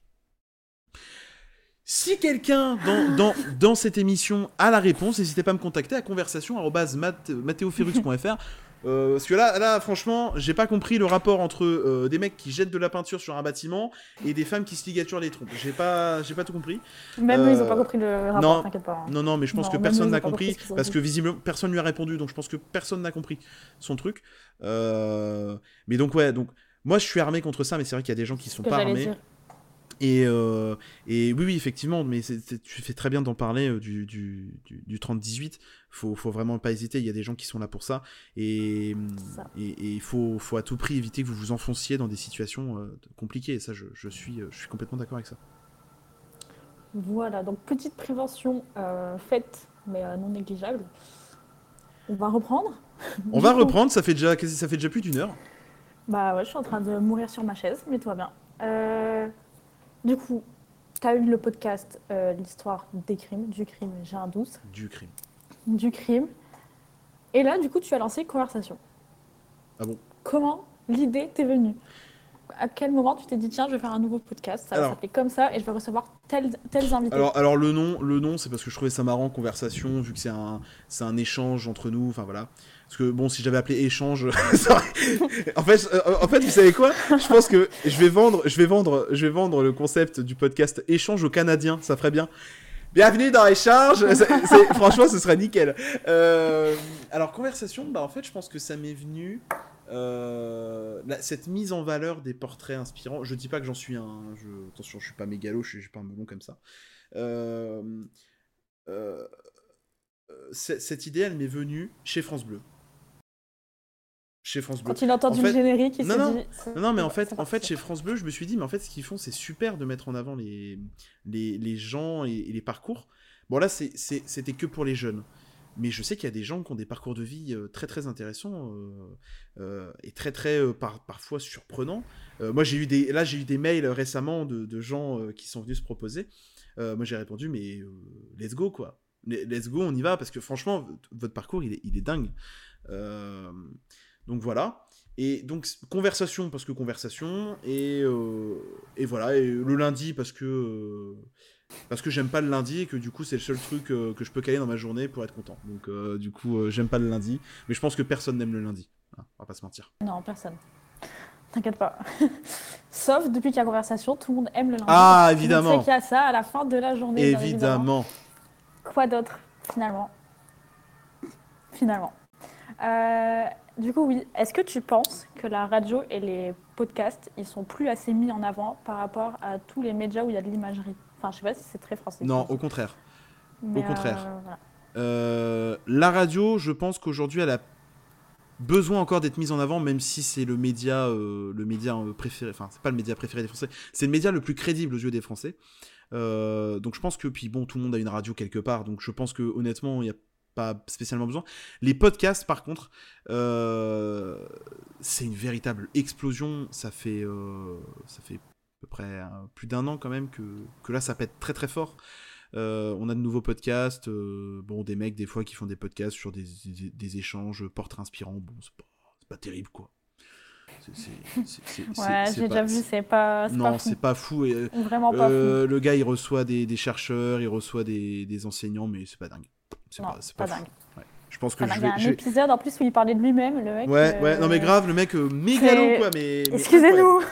Si quelqu'un dans cette émission a la réponse, n'hésitez pas à me contacter à conversation@mathéoferrux.fr. Parce que là, franchement, j'ai pas compris le rapport entre des mecs qui jettent de la peinture sur un bâtiment et des femmes qui se ligaturent les trompes. J'ai pas tout compris. Même eux, ils ont pas compris le rapport, t'inquiète pas. Non, mais je pense que personne n'a compris, parce que visiblement, personne lui a répondu, donc je pense que personne n'a compris son truc. Mais donc, ouais, moi je suis armé contre ça, mais c'est vrai qu'il y a des gens qui sont pas armés. Et oui, effectivement, mais tu fais très bien d'en parler du 30-18. Faut vraiment pas hésiter, il y a des gens qui sont là pour ça. Et il faut à tout prix éviter que vous vous enfonciez dans des situations compliquées. Et ça, je suis complètement d'accord avec ça. Voilà, donc petite prévention faite, mais non négligeable. On va reprendre. On va reprendre, ça fait déjà plus d'1 heure. Bah ouais, je suis en train de mourir sur ma chaise, mais tout va bien. Du coup, tu as eu le podcast l'histoire du crime, j'ai un doute. Du crime. Et là, du coup, tu as lancé Conversation. Ah bon? Comment l'idée t'est venue? À quel moment tu t'es dit, tiens, je vais faire un nouveau podcast, ça va s'appeler comme ça, et je vais recevoir tels invités? Alors le nom, c'est parce que je trouvais ça marrant, Conversation, vu que c'est un échange entre nous, enfin voilà. Parce que bon, si j'avais appelé échange, en fait, vous savez quoi? Je pense que je vais vendre le concept du podcast échange aux Canadiens, ça ferait bien. Bienvenue dans Échange. Franchement, ce serait nickel. Alors Conversation, en fait, je pense que ça m'est venu cette mise en valeur des portraits inspirants. Je dis pas que j'en suis un. Attention, je suis pas mégalo, je suis pas un melon comme ça. Cette idée, elle m'est venue chez France Bleu. chez France Bleu. Quand il a entendu le générique, il s'est dit... Non, mais en fait, chez France Bleu, je me suis dit, mais en fait, ce qu'ils font, c'est super de mettre en avant les gens et les parcours. Bon, là, c'était que pour les jeunes. Mais je sais qu'il y a des gens qui ont des parcours de vie très très intéressants et très très parfois surprenants. Moi j'ai eu des mails récemment de gens qui sont venus se proposer. Moi j'ai répondu mais let's go quoi. Let's go, on y va parce que franchement votre parcours il est dingue. Donc voilà. Et donc conversation parce que conversation et voilà et le lundi parce que j'aime pas le lundi et que du coup c'est le seul truc que je peux caler dans ma journée pour être content. Donc du coup j'aime pas le lundi, mais je pense que personne n'aime le lundi. Hein, on va pas se mentir. Non, personne. T'inquiète pas. Sauf depuis qu'il y a conversation, tout le monde aime le lundi. Ah évidemment. On sait qu'il y a ça à la fin de la journée. Évidemment. Quoi d'autre finalement. Du coup oui, est-ce que tu penses que la radio et les podcasts ils sont plus assez mis en avant par rapport à tous les médias où il y a de l'imagerie? Enfin, je sais pas si c'est très français. Non, au contraire. Mais au contraire. Voilà. La radio, je pense qu'aujourd'hui, elle a besoin encore d'être mise en avant, même si c'est le média préféré. Enfin, c'est pas le média préféré des Français. C'est le média le plus crédible aux yeux des Français. Donc, je pense que, puis bon, tout le monde a une radio quelque part. Donc, je pense que honnêtement, il y a pas spécialement besoin. Les podcasts, par contre, c'est une véritable explosion. Ça fait à peu près plus d'un an quand même que là ça pète très très fort. On a de nouveaux podcasts, des mecs des fois qui font des podcasts sur des échanges, portraits inspirants, bon c'est pas terrible quoi. J'ai déjà vu, c'est pas fou. C'est pas fou. Vraiment pas fou. Le gars il reçoit des chercheurs, il reçoit des enseignants, mais c'est pas dingue. C'est pas dingue. Ouais. Je pense que il y a un épisode en plus où il parlait de lui-même, le mec. Ouais, non mais grave, le mec mégalo quoi, mais excusez-nous.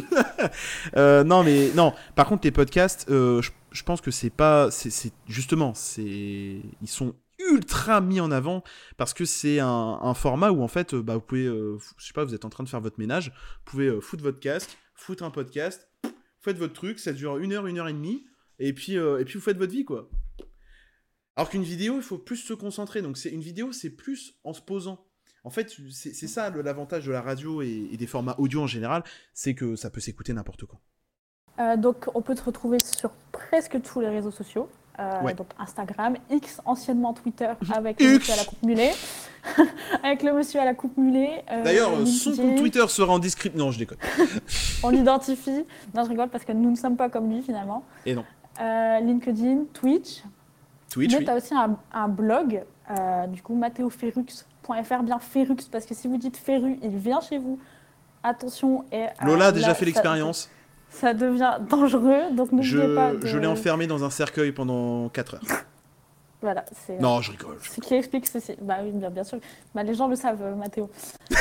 non. Par contre, les podcasts, je pense que c'est justement, ils sont ultra mis en avant parce que c'est un format où en fait, vous pouvez, je sais pas, vous êtes en train de faire votre ménage, vous pouvez foutre votre casque, foutre un podcast, vous faites votre truc, ça dure 1 heure, 1 heure et demie, et puis vous faites votre vie quoi. Alors qu'une vidéo, il faut plus se concentrer. Donc une vidéo, c'est plus en se posant. En fait, c'est ça l'avantage de la radio et des formats audio en général, c'est que ça peut s'écouter n'importe quand. Donc on peut te retrouver sur presque tous les réseaux sociaux. Donc Instagram, X, anciennement Twitter, avec le monsieur à la coupe mulet. Avec le monsieur à la coupe mulet. D'ailleurs, son compte Twitter sera en description. Non, je déconne. On l'identifie. Non, je rigole parce que nous ne sommes pas comme lui finalement. Et non. LinkedIn, Twitch. Mais oui. tu as aussi un blog, du coup, mathéoferrux.fr, bien Ferrux, parce que si vous dites Ferru, il vient chez vous. Attention. Lola a déjà fait l'expérience. Ça devient dangereux, donc n'oubliez pas de... Je l'ai enfermé dans un cercueil pendant 4 heures. Voilà, Non, je rigole. Ce qui explique ceci. Bah oui, bien sûr. Bah, les gens le savent, Mathéo.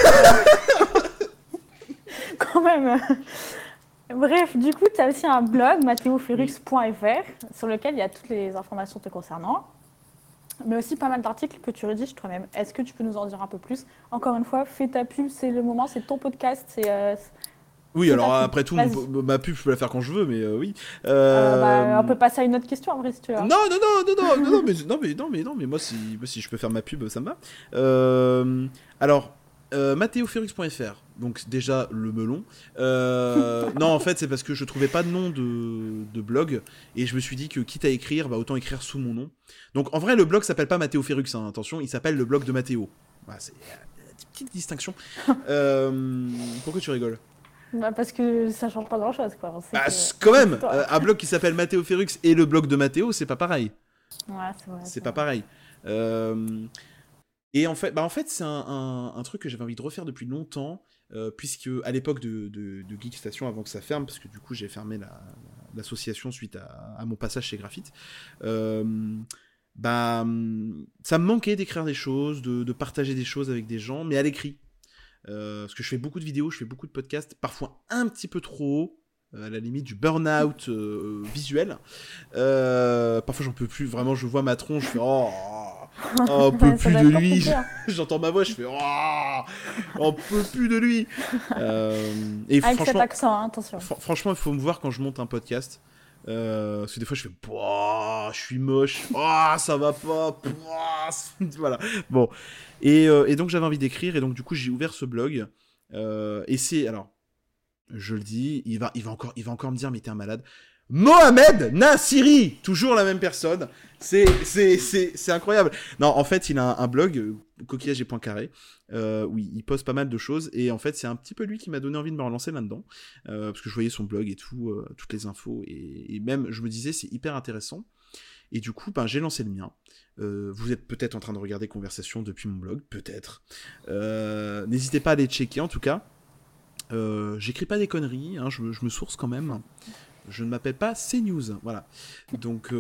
Quand même. Bref, du coup, tu as aussi un blog, mathéoferrux.fr, sur lequel il y a toutes les informations te concernant, mais aussi pas mal d'articles que tu rédiges toi-même. Est-ce que tu peux nous en dire un peu plus? Encore une fois, fais ta pub, c'est le moment, c'est ton podcast, Oui, alors après tout, ma pub, je peux la faire quand je veux, mais oui. On peut passer à une autre question, en vrai, si tu veux. Non, mais moi, si je peux faire ma pub, ça me va. Alors, mathéoferrux.fr, donc déjà le melon. Non, en fait, c'est parce que je trouvais pas de nom de blog, et je me suis dit que quitte à écrire, autant écrire sous mon nom. Donc en vrai, le blog s'appelle pas Mathéo Ferrux, hein, attention, il s'appelle le blog de Mathéo. Voilà, c'est une petite distinction. Pourquoi tu rigoles? Parce que ça change pas grand-chose, quoi. Quand même, un blog qui s'appelle Mathéo Ferrux et le blog de Mathéo, c'est pas pareil. Ouais, c'est vrai. C'est pas pareil. Et en fait, c'est un truc que j'avais envie de refaire depuis longtemps, puisque à l'époque de Geek Station, avant que ça ferme, parce que du coup j'ai fermé l'association suite à mon passage chez Graphite, ça me manquait d'écrire des choses, de partager des choses avec des gens, mais à l'écrit. Parce que je fais beaucoup de vidéos, je fais beaucoup de podcasts, parfois un petit peu trop haut, à la limite du burn-out visuel. Parfois j'en peux plus, vraiment je vois ma tronche, je fais on peut plus de lui. J'entends ma voix, je fais on peut plus de lui. Et avec cet accent, hein, attention. Franchement, il faut me voir quand je monte un podcast. Parce que des fois je fais je suis moche, ça va pas, Voilà. Bon. Et donc j'avais envie d'écrire, et donc du coup j'ai ouvert ce blog. Et c'est, alors, je le dis, il va encore me dire, mais t'es un malade. Mohamed Nassiri, toujours la même personne. C'est incroyable. Non, en fait, il a un blog, coquillage et point carré, où il poste pas mal de choses. Et en fait, c'est un petit peu lui qui m'a donné envie de me relancer là-dedans. Parce que je voyais son blog et tout, toutes les infos. Et même, je me disais, c'est hyper intéressant. Et du coup, ben, j'ai lancé le mien. Vous êtes peut-être en train de regarder Conversation depuis mon blog, peut-être. N'hésitez pas à aller checker, en tout cas. J'écris pas des conneries, hein, je me source quand même. Je ne m'appelle pas CNews, voilà. Donc,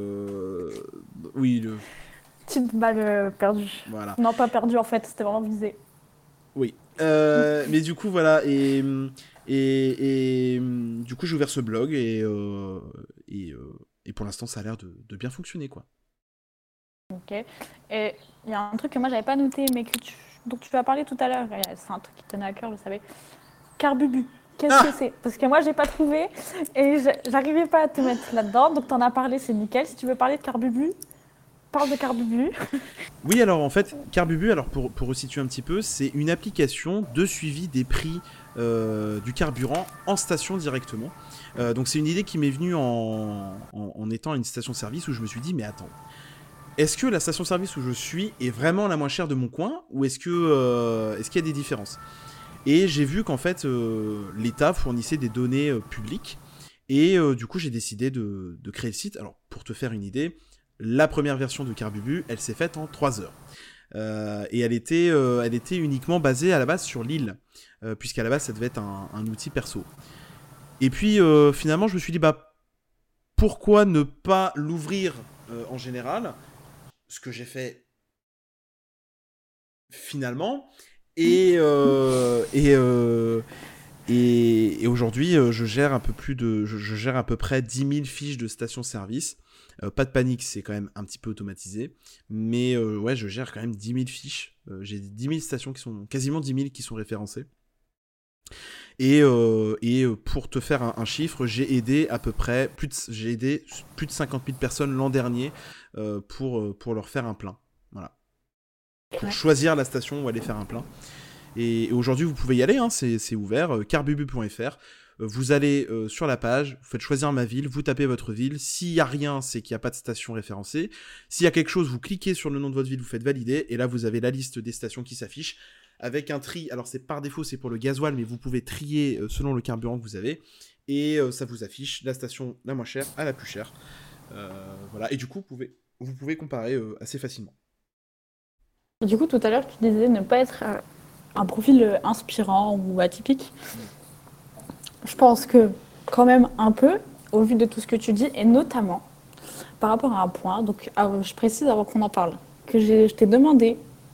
oui, Petite balle perdue. voilà. Non, pas perdue en fait, c'était vraiment visé. Oui. Mais du coup, voilà. Et du coup, j'ai ouvert ce blog et pour l'instant, ça a l'air de bien fonctionner, quoi. Ok. Et il y a un truc que moi j'avais pas noté, mais dont tu vas parler tout à l'heure. C'est un truc qui tenait à cœur, je savais. Carbubu. Qu'est-ce que c'est? Parce que moi j'ai pas trouvé et j'arrivais pas à te mettre là-dedans. Donc t'en as parlé, c'est nickel. Si tu veux parler de Carbubu, parle de Carbubu. Oui, alors en fait, Carbubu, alors pour resituer un petit peu, c'est une application de suivi des prix du carburant en station directement. Donc c'est une idée qui m'est venue en étant à une station-service où je me suis dit, mais attends, est-ce que la station-service où je suis est vraiment la moins chère de mon coin, ou est-ce qu'il y a des différences? Et j'ai vu qu'en fait, l'État fournissait des données publiques, et du coup j'ai décidé de créer le site. Alors pour te faire une idée, la première version de Carbubu, elle s'est faite en 3 heures. Et elle était uniquement basée à la base sur l'île, puisqu'à la base ça devait être un outil perso. Et puis finalement je me suis dit, bah pourquoi ne pas l'ouvrir en général, ce que j'ai fait finalement. Et aujourd'hui, je gère un peu je gère à peu près 10 000 fiches de stations-service. Pas de panique, c'est quand même un petit peu automatisé. Mais ouais, je gère quand même 10 000 fiches. J'ai 10 000 stations quasiment 10 000 qui sont référencées. Et pour te faire un chiffre, j'ai aidé à peu près plus de 50 000 personnes l'an dernier pour leur faire un plein. Voilà. Pour choisir la station où aller faire un plein. Et aujourd'hui, vous pouvez y aller, hein, c'est ouvert, carbubu.fr. Vous allez sur la page, vous faites choisir ma ville, vous tapez votre ville. S'il n'y a rien, c'est qu'il n'y a pas de station référencée. S'il y a quelque chose, vous cliquez sur le nom de votre ville, vous faites valider. Et là, vous avez la liste des stations qui s'affiche avec un tri. Alors, c'est par défaut, c'est pour le gasoil, mais vous pouvez trier selon le carburant que vous avez. Et ça vous affiche la station la moins chère à la plus chère. Voilà. Et du coup, vous pouvez comparer assez facilement. Et du coup, tout à l'heure, tu disais ne pas être un profil inspirant ou atypique. Je pense que quand même un peu, au vu de tout ce que tu dis, et notamment par rapport à un point, donc je précise avant qu'on en parle, que je t'ai demandé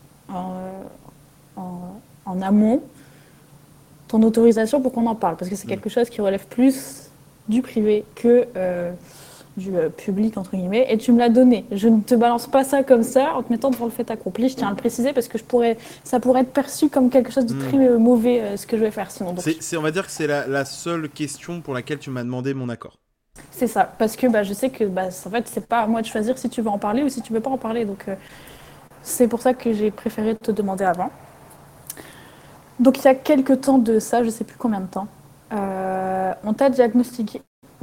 en amont ton autorisation pour qu'on en parle, parce que c'est quelque chose qui relève plus du privé que du public, entre guillemets, et tu me l'as donné. Je ne te balance pas ça comme ça en te mettant devant le fait accompli, je tiens à le préciser, parce que ça pourrait être perçu comme quelque chose de très mauvais, ce que je vais faire sinon. Donc, on va dire que c'est la seule question pour laquelle tu m'as demandé mon accord. C'est ça, parce que je sais que en fait, c'est pas à moi de choisir si tu veux en parler ou si tu veux pas en parler, donc c'est pour ça que j'ai préféré te demander avant. Donc il y a quelques temps de ça, je sais plus combien de temps, on t'a diagnostiqué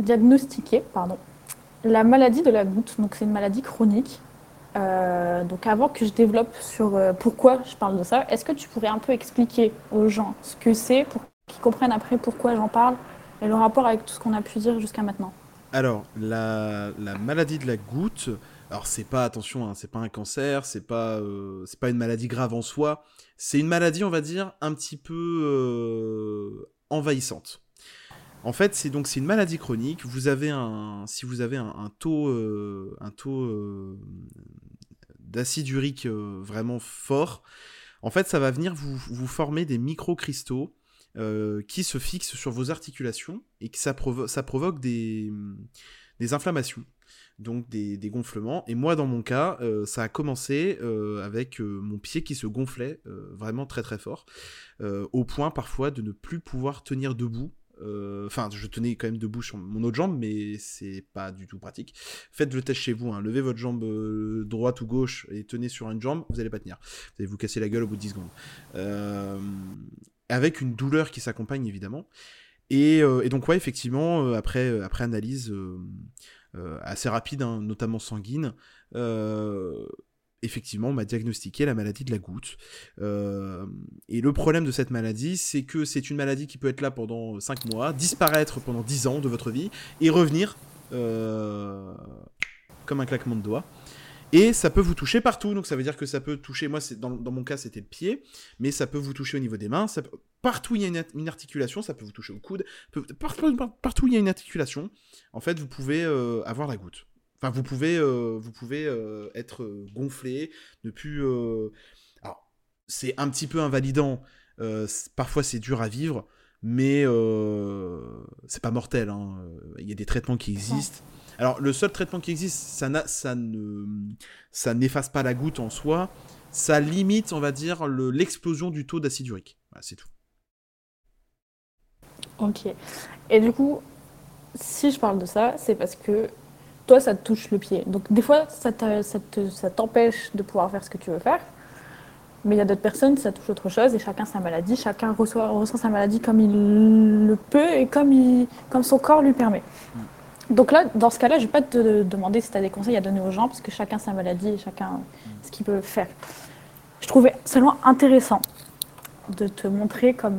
la maladie de la goutte, donc c'est une maladie chronique. Donc avant que je développe sur pourquoi je parle de ça, est-ce que tu pourrais un peu expliquer aux gens ce que c'est pour qu'ils comprennent après pourquoi j'en parle et le rapport avec tout ce qu'on a pu dire jusqu'à maintenant? Alors, la maladie de la goutte, alors c'est pas, attention, hein, c'est pas un cancer, c'est pas une maladie grave en soi, c'est une maladie, on va dire, un petit peu envahissante. En fait, c'est une maladie chronique. Si vous avez un taux d'acide urique vraiment fort, en fait, ça va venir vous former des microcristaux qui se fixent sur vos articulations et que ça provoque des inflammations, donc des gonflements. Et moi, dans mon cas, ça a commencé avec mon pied qui se gonflait vraiment très très fort, au point parfois de ne plus pouvoir tenir debout Enfin, je tenais quand même debout sur mon autre jambe, mais c'est pas du tout pratique. Faites le test chez vous, hein. Levez votre jambe droite ou gauche et tenez sur une jambe, vous allez pas tenir. Vous allez vous casser la gueule au bout de 10 secondes. Avec une douleur qui s'accompagne, évidemment. Et donc, ouais, effectivement, après analyse assez rapide, hein, notamment sanguine, effectivement, on m'a diagnostiqué la maladie de la goutte. Et le problème de cette maladie, c'est que c'est une maladie qui peut être là pendant 5 mois, disparaître pendant 10 ans de votre vie, et revenir comme un claquement de doigts. Et ça peut vous toucher partout, donc ça veut dire que ça peut toucher, moi dans mon cas c'était le pied, mais ça peut vous toucher au niveau des mains, partout où il y a une articulation, ça peut vous toucher au coude, partout où il y a une articulation, en fait vous pouvez avoir la goutte. Enfin vous pouvez être gonflé, ne plus... Alors c'est un petit peu invalidant, parfois c'est dur à vivre, mais c'est pas mortel, hein. Il y a des traitements qui existent. Alors, le seul traitement qui existe, ça n'efface pas la goutte en soi, ça limite, on va dire, l'explosion du taux d'acide urique. Voilà, c'est tout. Ok. Et du coup, si je parle de ça, c'est parce que toi, ça te touche le pied. Donc, des fois, ça t'empêche de pouvoir faire ce que tu veux faire. Mais il y a d'autres personnes, ça touche autre chose, et chacun sa maladie, chacun ressent sa maladie comme il le peut et comme son corps lui permet. Donc là, dans ce cas-là, je ne vais pas te demander si tu as des conseils à donner aux gens, parce que chacun sa maladie et chacun ce qu'il peut faire. Je trouvais seulement intéressant de te montrer comme,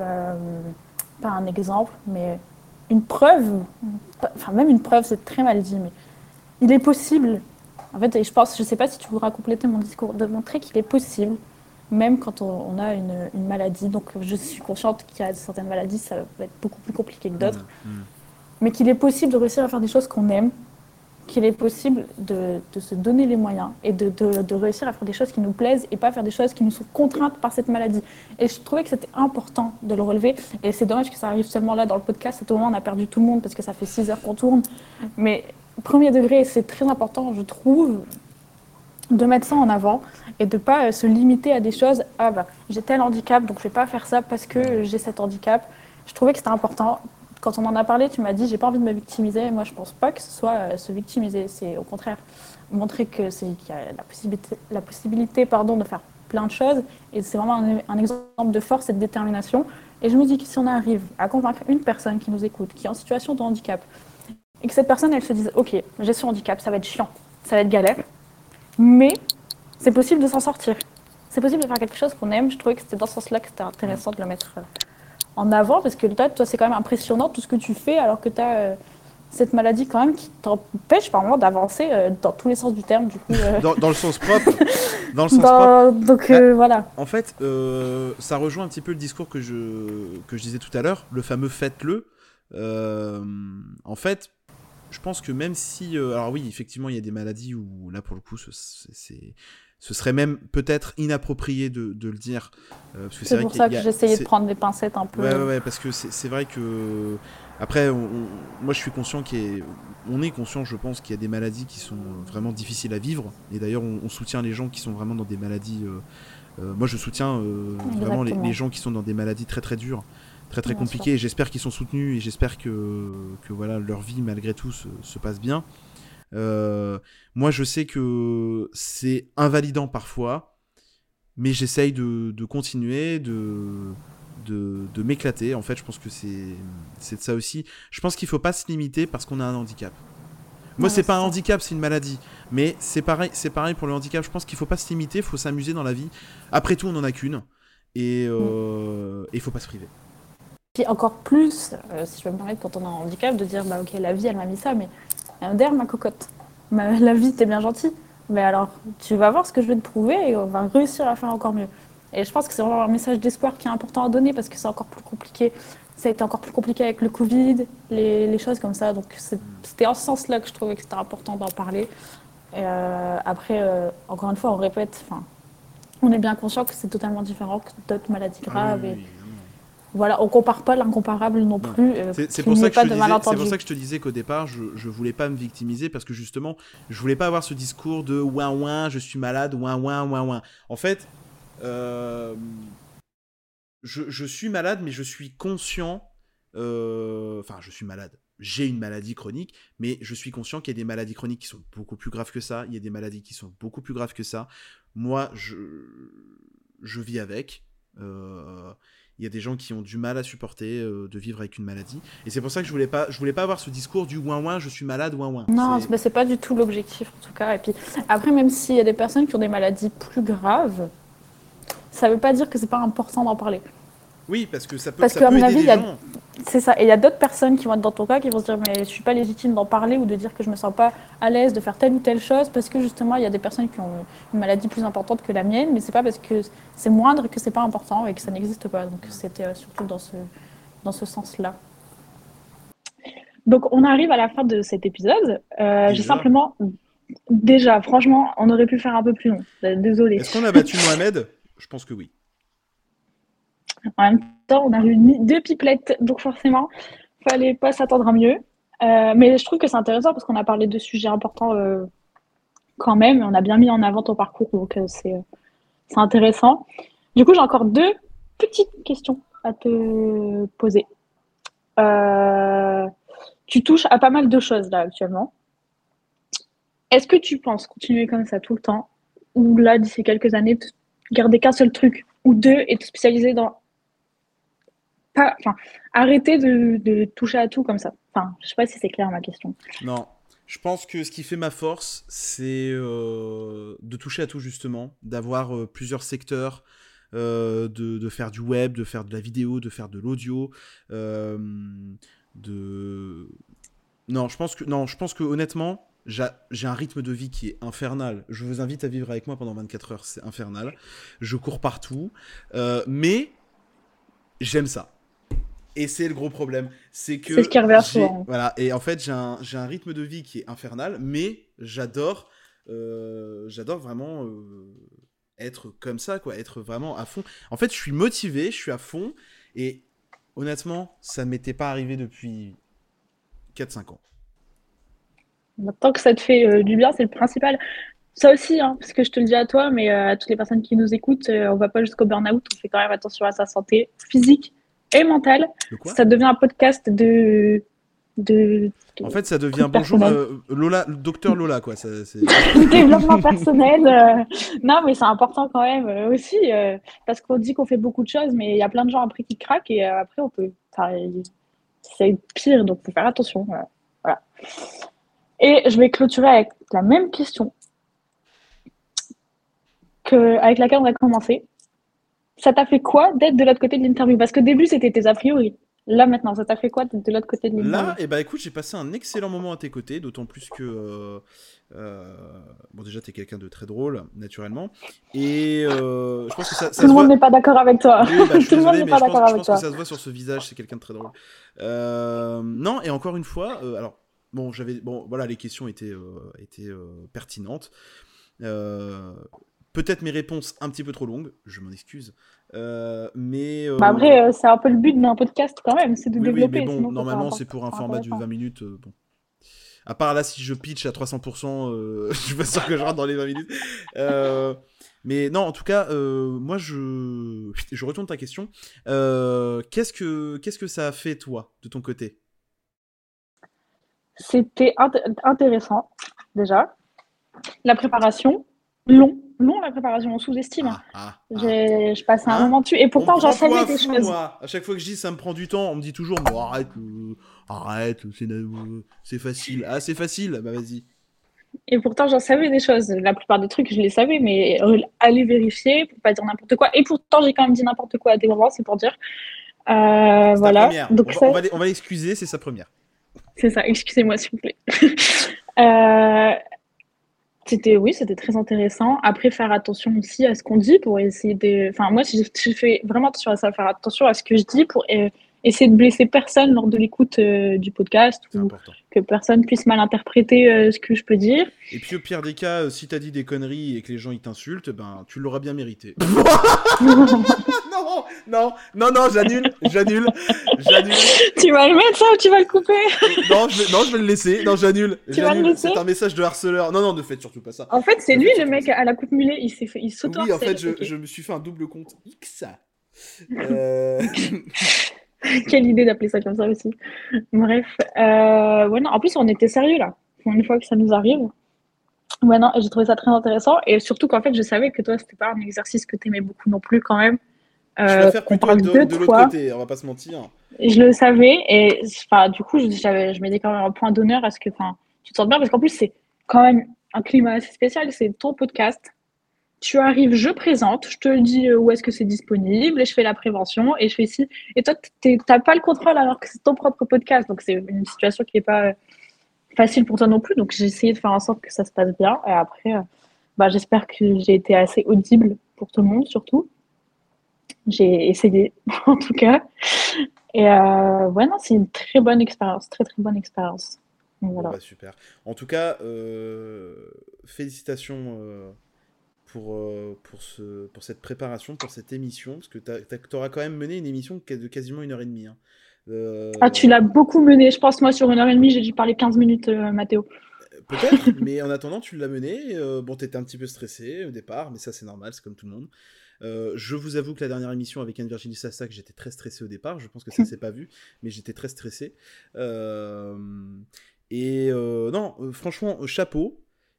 pas un exemple, mais une preuve, enfin même une preuve, c'est très mal dit, mais il est possible, en fait, et je ne sais pas si tu voudras compléter mon discours, de montrer qu'il est possible, même quand on a une maladie, donc je suis consciente qu'il y a certaines maladies, ça va être beaucoup plus compliqué que d'autres, mais qu'il est possible de réussir à faire des choses qu'on aime, qu'il est possible de se donner les moyens et de réussir à faire des choses qui nous plaisent et pas faire des choses qui nous sont contraintes par cette maladie. Et je trouvais que c'était important de le relever. Et c'est dommage que ça arrive seulement là dans le podcast. À tout moment, on a perdu tout le monde parce que ça fait 6 heures qu'on tourne. Mais premier degré, c'est très important, je trouve, de mettre ça en avant et de ne pas se limiter à des choses. Ah bah, j'ai tel handicap, donc je ne vais pas faire ça parce que j'ai cet handicap. Je trouvais que c'était important. Quand on en a parlé, tu m'as dit j'ai pas envie de me victimiser. Moi, je pense pas que ce soit se victimiser. C'est au contraire montrer qu'il y a la possibilité de faire plein de choses. Et c'est vraiment un exemple de force et de détermination. Et je me dis que si on arrive à convaincre une personne qui nous écoute, qui est en situation de handicap, et que cette personne, elle se dise ok, j'ai ce handicap, ça va être chiant, ça va être galère, mais c'est possible de s'en sortir. C'est possible de faire quelque chose qu'on aime. Je trouvais que c'était dans ce sens-là que c'était intéressant de le mettre en avant, parce que toi, c'est quand même impressionnant tout ce que tu fais, alors que tu as cette maladie quand même qui t'empêche par moment d'avancer dans tous les sens du terme. Du coup, dans le sens propre. Dans le sens propre. Donc voilà. En fait, ça rejoint un petit peu le discours que je disais tout à l'heure, le fameux faites-le. En fait, je pense que même si... alors oui, effectivement, il y a des maladies où, là, pour le coup, ce serait même peut-être inapproprié de le dire. Parce que c'est pour ça que j'essayais de prendre des pincettes un peu. Ouais, parce que c'est vrai que... Après, moi, je suis conscient on est conscient, je pense, qu'il y a des maladies qui sont vraiment difficiles à vivre. Et d'ailleurs, on soutient les gens qui sont vraiment dans des maladies... moi, je soutiens vraiment les gens qui sont dans des maladies très, très dures. Très compliqué, et j'espère qu'ils sont soutenus et j'espère que voilà, leur vie malgré tout se passe bien. Moi je sais que c'est invalidant parfois, mais j'essaye de continuer, de m'éclater. En fait, je pense que c'est de ça aussi. Je pense qu'il faut pas se limiter parce qu'on a un handicap. Moi, c'est pas un handicap, c'est une maladie. Mais c'est pareil pour le handicap. Je pense qu'il faut pas se limiter, il faut s'amuser dans la vie. Après tout, on en a qu'une. Et il faut pas se priver. Puis encore plus, si je peux me permettre, quand on a un handicap, de dire bah ok, la vie elle m'a mis ça, mais derrière ma cocotte, la vie t'es bien gentil, mais alors tu vas voir ce que je vais te prouver et on va réussir à faire encore mieux. Et je pense que c'est vraiment un message d'espoir qui est important à donner parce que c'est encore plus compliqué. Ça a été encore plus compliqué avec le Covid, les choses comme ça. Donc c'était en ce sens-là que je trouvais que c'était important d'en parler. Et après, encore une fois, on répète, on est bien conscient que c'est totalement différent que d'autres maladies graves. Oui. Voilà, on compare pas l'incomparable non plus. C'est pour ça que je te disais qu'au départ, je voulais pas me victimiser parce que justement, je voulais pas avoir ce discours de ouin, je suis malade, ouin. En fait, je suis malade, mais je suis conscient Enfin, je suis malade. J'ai une maladie chronique, mais je suis conscient qu'il y a des maladies chroniques qui sont beaucoup plus graves que ça. Il y a des maladies qui sont beaucoup plus graves que ça. Moi, je vis avec. Il y a des gens qui ont du mal à supporter de vivre avec une maladie. Et c'est pour ça que je voulais pas avoir ce discours du ouin-ouin, je suis malade, ouin-ouin. Non, c'est pas du tout l'objectif, en tout cas. Et puis, après, même s'il y a des personnes qui ont des maladies plus graves, ça veut pas dire que c'est pas important d'en parler. Oui, parce que ça peut Parce qu'à mon aider avis, les gens. c'est ça. Et il y a d'autres personnes qui vont être dans ton cas qui vont se dire mais je suis pas légitime d'en parler ou de dire que je me sens pas à l'aise de faire telle ou telle chose parce que justement il y a des personnes qui ont une maladie plus importante que la mienne, mais c'est pas parce que c'est moindre que c'est pas important et que ça n'existe pas. Donc c'était surtout dans ce sens-là. Donc on arrive à la fin de cet épisode. J'ai simplement déjà, franchement, on aurait pu faire un peu plus long. Désolée. Est-ce qu'on a battu Mohamed ? Je pense que oui. En même temps, on a réuni 2 pipelettes, donc forcément, fallait pas s'attendre à mieux. Mais je trouve que c'est intéressant parce qu'on a parlé de sujets importants quand même, et on a bien mis en avant ton parcours, donc c'est intéressant. Du coup, j'ai encore 2 petites questions à te poser. Tu touches à pas mal de choses là actuellement. Est-ce que tu penses continuer comme ça tout le temps, ou là, d'ici quelques années, garder qu'un seul truc ou 2 et te spécialiser dans arrêter de toucher à tout comme ça. Enfin, je sais pas si c'est clair ma question. Non, je pense que ce qui fait ma force, c'est de toucher à tout justement, d'avoir plusieurs secteurs, de faire du web, de faire de la vidéo, de faire de l'audio, Non, je pense que honnêtement, j'ai un rythme de vie qui est infernal. Je vous invite à vivre avec moi pendant 24 heures, c'est infernal. Je cours partout, mais j'aime ça. Et c'est le gros problème, c'est que c'est ce qui revient souvent. Voilà, et en fait j'ai un rythme de vie qui est infernal, mais j'adore vraiment être comme ça, quoi, être vraiment à fond. En fait, je suis motivé, je suis à fond, et honnêtement, ça ne m'était pas arrivé depuis 4-5 ans. Tant que ça te fait du bien, c'est le principal. Ça aussi, hein, parce que je te le dis à toi, mais à toutes les personnes qui nous écoutent, on va pas jusqu'au burn-out, on fait quand même attention à sa santé physique et mentale. De quoi ? Ça devient un podcast de En fait, ça devient bonjour Lola, docteur Lola, quoi. Développement personnel. Non, mais c'est important quand même aussi, parce qu'on dit qu'on fait beaucoup de choses, mais il y a plein de gens après qui craquent et après on peut. C'est pire, donc faut faire attention. Voilà. Et je vais clôturer avec la même question avec laquelle on a commencé. Ça t'a fait quoi d'être de l'autre côté de l'interview ? Parce qu'au début, c'était tes a priori. Là, maintenant, ça t'a fait quoi d'être de l'autre côté de l'interview ? Là, bah écoute, j'ai passé un excellent moment à tes côtés, d'autant plus que... bon, déjà, t'es quelqu'un de très drôle, naturellement. Et je pense que ça Tout le monde n'est pas d'accord avec toi. Oui, bah, je suis désolé, mais je pense toi. que ça se voit sur ce visage, c'est quelqu'un de très drôle. Non, et encore une fois, alors, bon, voilà, les questions étaient pertinentes. Peut-être mes réponses un petit peu trop longues, je m'en excuse. Mais après, c'est un peu le but d'un podcast quand même, c'est de développer. Oui, mais bon, sinon, normalement, c'est pour un format de 20 minutes. Bon. À part là, si je pitch à 300%, je suis pas sûr que je rentre dans les 20 minutes. Mais non, en tout cas, moi, je retourne ta question. Qu'est-ce que ça a fait, toi, de ton côté ? C'était intéressant, déjà. La préparation, long la préparation, on sous-estime. Je passais un moment dessus, et pourtant j'en savais des choses. Moi. À chaque fois que je dis ça me prend du temps, on me dit toujours bon, arrête, c'est facile. Ah, c'est facile, bah vas-y. Et pourtant j'en savais des choses. La plupart des trucs je les savais, mais aller vérifier pour pas dire n'importe quoi. Et pourtant j'ai quand même dit n'importe quoi à des moments, c'est pour dire. Voilà. Donc on va l'excuser, c'est sa première. C'est ça, excusez-moi s'il vous plaît. C'était très intéressant. Après, faire attention aussi à ce qu'on dit pour essayer de... Enfin, moi, je fais vraiment attention à ça, faire attention à ce que je dis pour essayer de blesser personne lors de l'écoute du podcast ou que personne puisse mal interpréter ce que je peux dire. Et puis, au pire des cas, si t'as dit des conneries et que les gens ils t'insultent, ben, tu l'auras bien mérité. Non, j'annule. Tu vas le mettre ça ou tu vas le couper ? Non, je vais le laisser. Non, j'annule. Tu vas le laisser ? C'est un message de harceleur. Non, ne faites surtout pas ça. En fait, c'est lui le mec à la coupe mulet. Il s'auto-harcèle. Oui, en fait, je me suis fait un double compte X. Quelle idée d'appeler ça comme ça aussi. Bref, ouais, non, en plus, on était sérieux là, pour une fois que ça nous arrive. Ouais, non, et j'ai trouvé ça très intéressant. Et surtout qu'en fait, je savais que toi, c'était pas un exercice que tu aimais beaucoup non plus quand même. Je préfère Qu'on plutôt être parle de de l'autre toi. côté, on va pas se mentir. Et je le savais. Et enfin, du coup, je mettais quand même un point d'honneur à ce que enfin, tu te sentes bien. Parce qu'en plus, c'est quand même un climat assez spécial. C'est ton podcast. Tu arrives, je présente, je te dis où est-ce que c'est disponible, et je fais la prévention, et je fais ci. Et toi, t'as pas le contrôle alors que c'est ton propre podcast. Donc, c'est une situation qui est pas facile pour toi non plus. Donc, j'ai essayé de faire en sorte que ça se passe bien. Et après, bah, j'espère que j'ai été assez audible pour tout le monde, surtout. J'ai essayé, en tout cas. Et ouais, non, c'est une très bonne expérience. Très, très bonne expérience. Donc, Bon voilà. bah super. En tout cas, félicitations pour cette préparation, pour cette émission, parce que t'auras quand même mené une émission de quasiment 1 heure et demie, hein. Ah, tu Euh, l'as beaucoup mené. Je pense, moi, sur 1 heure et demie, j'ai dû parler 15 minutes, Mathéo. Peut-être, mais en attendant, tu l'as mené. Bon, t'étais un petit peu stressé au départ, mais ça c'est normal, c'est comme tout le monde. Je vous avoue que la dernière émission avec Anne-Virginie Sassac, j'étais très stressé au départ. Je pense que ça s'est pas vu, mais j'étais très stressé. Euh, non, franchement, chapeau.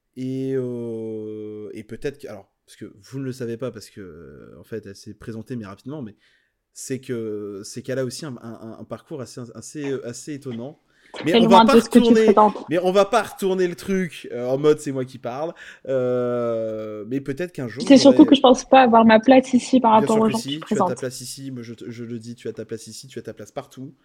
Et peut-être que, alors, parce que vous ne le savez pas, parce que en fait, elle s'est présentée mais rapidement, mais c'est qu'elle a aussi un parcours assez étonnant. Mais Très on va loin pas de ce que tu retourner, présentes. mais on va pas retourner le truc en mode c'est moi qui parle. Mais peut-être qu'un jour C'est surtout que j'aurai. je pense pas avoir ma place ici par Bien rapport sûr aux que gens que je si, tu as ta présente. place ici. Moi je le dis, tu as ta place ici, tu as ta place partout.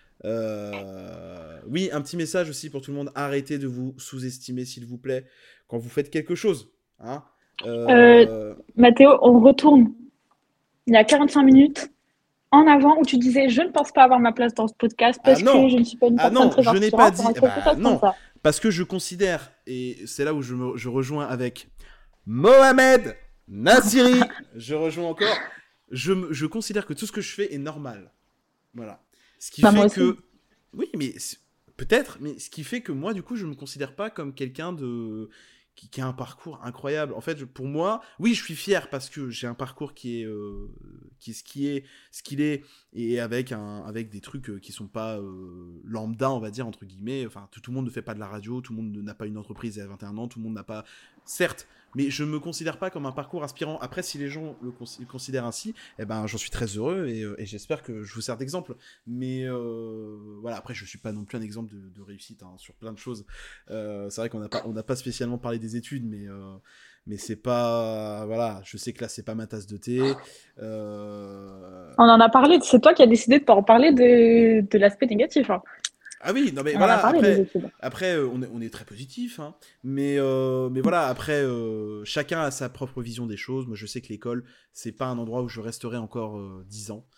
Oui, un petit message aussi pour tout le monde. Arrêtez de vous sous-estimer, s'il vous plaît, quand vous faites quelque chose. Hein. Euh, Euh, Mathéo, on retourne il y a 45 minutes en avant où tu disais je ne pense pas avoir ma place dans ce podcast Ah parce que non! je ne suis pas une Ah personne non, très je n'ai pas inspirante ou dit. quelque Bah chose comme non! ça. Parce que je considère, et c'est là où je rejoins avec Mohamed Nassiri, je rejoins encore, je considère que tout ce que je fais est normal. Voilà. Ce qui Bah, moi fait aussi. que. Oui, mais peut-être, mais ce qui fait que moi, du coup, je me considère pas comme quelqu'un qui a un parcours incroyable. En fait, pour moi, oui, je suis fier parce que j'ai un parcours qui est ce qu'il est, et avec des trucs qui sont pas lambda, on va dire, entre guillemets. Enfin, tout le monde ne fait pas de la radio, tout le monde n'a pas une entreprise à 21 ans, tout le monde n'a pas. Certes, mais je me considère pas comme un parcours inspirant. Après, si les gens le considèrent ainsi, eh ben, j'en suis très heureux et j'espère que je vous sers d'exemple. Mais voilà, après, je suis pas non plus un exemple de réussite hein, sur plein de choses. C'est vrai on n'a pas spécialement parlé des études, mais c'est pas. Voilà, je sais que là, c'est pas ma tasse de thé. On en a parlé. C'est toi qui as décidé de pas en parler de l'aspect négatif, hein. Ah oui, non mais On en a voilà, parlé des études. après on est très positif, hein, mais voilà, après, chacun a sa propre vision des choses. Moi, je sais que l'école, c'est pas un endroit où je resterai encore 10 ans.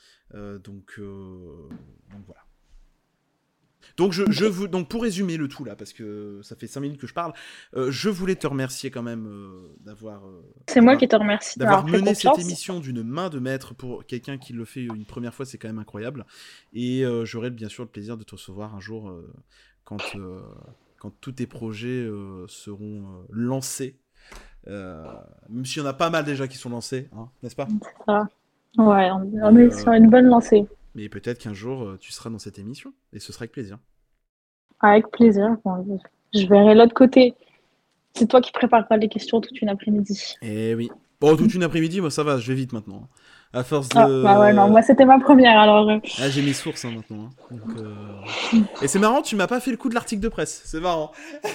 Donc voilà. Ok. Donc pour résumer le tout là, parce que ça fait 5 minutes que je parle, je voulais te remercier quand même C'est moi qui te remercie de d'avoir m'avoir fait mené cette confiance. émission d'une main de maître. Pour quelqu'un qui le fait une première fois, c'est quand même incroyable. Et j'aurai bien sûr le plaisir de te recevoir un jour quand, euh, quand tous tes projets seront lancés. Même s'il y en a pas mal déjà qui sont lancés, hein, n'est-ce pas? Ça. Ouais, on mais, est sur une bonne lancée. mais peut-être qu'un jour tu seras dans cette émission et ce sera avec plaisir. Avec plaisir. Bon, je verrai l'autre côté. C'est toi qui prépareras les questions toute une après-midi. Eh oui. Bon, toute une après-midi, moi ça va, je vais vite maintenant, hein. À force Ah, bah ouais, non, de. moi c'était ma première alors. Ah, j'ai mes sources hein, maintenant, hein. Et c'est marrant, tu m'as pas fait le coup de l'article de presse. C'est marrant.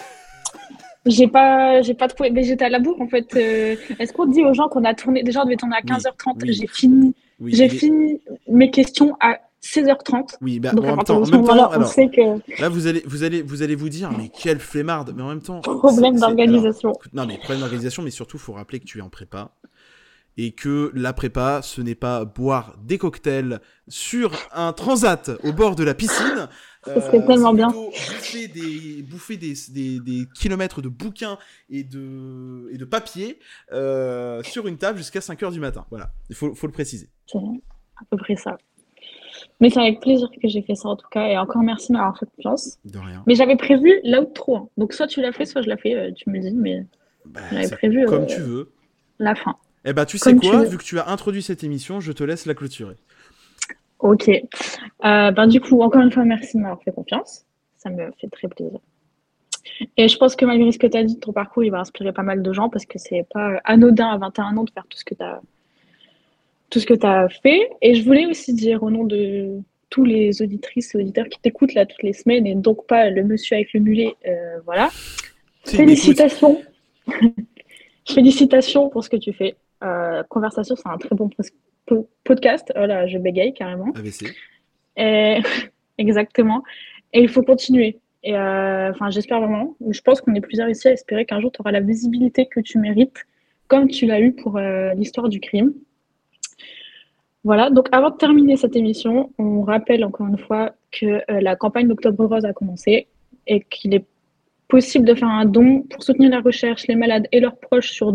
J'ai pas trouvé. Mais j'étais à la bourre en fait. Est-ce qu'on dit aux gens qu'on a tourné. Déjà, on devait tourner à Oui, 15h30. oui, oui. J'ai fini mes questions à 16h30. Oui, bah, Donc bon, à partir de en ce même temps, moment-là, on alors, sait que là, vous allez vous dire, mais quelle flemmarde. Mais en même temps, problème alors, d'organisation. écoute, non, mais problème d'organisation, mais surtout, faut rappeler que tu es en prépa. Et que la prépa, ce n'est pas boire des cocktails sur un transat au bord de la piscine, Ce serait c'est tellement bien. plutôt bouffer des kilomètres de bouquins et de papier sur une table jusqu'à 5 heures du matin. Voilà, faut le préciser. C'est à peu près ça. Mais c'est avec plaisir que j'ai fait ça en tout cas. Et encore merci de m'avoir fait confiance. De rien. Mais j'avais prévu l'outro, hein. Donc soit tu l'as fait, soit je l'ai fait, tu me dis. Mais Bah, j'avais c'est prévu comme tu veux. la fin. Eh bah, tu sais Comme tu quoi, veux. vu que tu as introduit cette émission, je te laisse la clôturer. Ok. Du coup, encore une fois, merci de m'avoir fait confiance. Ça me fait très plaisir. Et je pense que malgré ce que tu as dit, ton parcours, il va inspirer pas mal de gens parce que c'est pas anodin à 21 ans de faire tout ce que tu as fait. Et je voulais aussi dire au nom de tous les auditrices et auditeurs qui t'écoutent là toutes les semaines et donc pas le monsieur avec le mulet, voilà. Il m'écoute. Félicitations. Félicitations pour ce que tu fais. Conversation, c'est un très bon podcast. Oh là, je bégaye carrément. AVC. Et... Exactement. Et il faut continuer. Et j'espère vraiment. Je pense qu'on est plusieurs ici à espérer qu'un jour tu auras la visibilité que tu mérites, comme tu l'as eu pour l'histoire du crime. Voilà. Donc, avant de terminer cette émission, on rappelle encore une fois que la campagne d'Octobre Rose a commencé et qu'il est possible de faire un don pour soutenir la recherche, les malades et leurs proches sur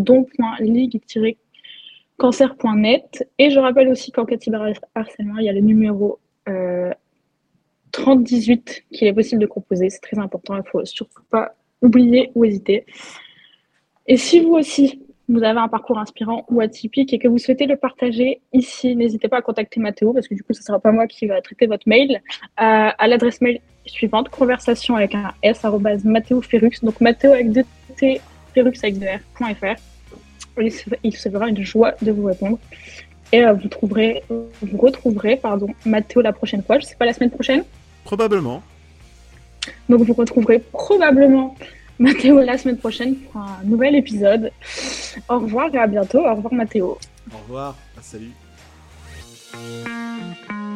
don.ligue-cancer.net. Et je rappelle aussi qu'en cas de cyberharcèlement, il y a le numéro 3018 qu'il est possible de composer. C'est très important, il ne faut surtout pas oublier ou hésiter. Et si vous aussi, vous avez un parcours inspirant ou atypique et que vous souhaitez le partager ici, n'hésitez pas à contacter Mathéo, parce que du coup, ce ne sera pas moi qui va traiter votre mail, à l'adresse mail suivante, conversation avec un s, @mathéoferrux, donc Mathéo avec 2 t, ferrux avec 2 r.fr. Il se fera une joie de vous répondre. Et vous retrouverez Mathéo la prochaine fois. Je ne sais pas, la semaine prochaine. Probablement. Donc vous retrouverez probablement Mathéo la semaine prochaine pour un nouvel épisode. Au revoir et à bientôt. Au revoir Mathéo. Au revoir. Salut.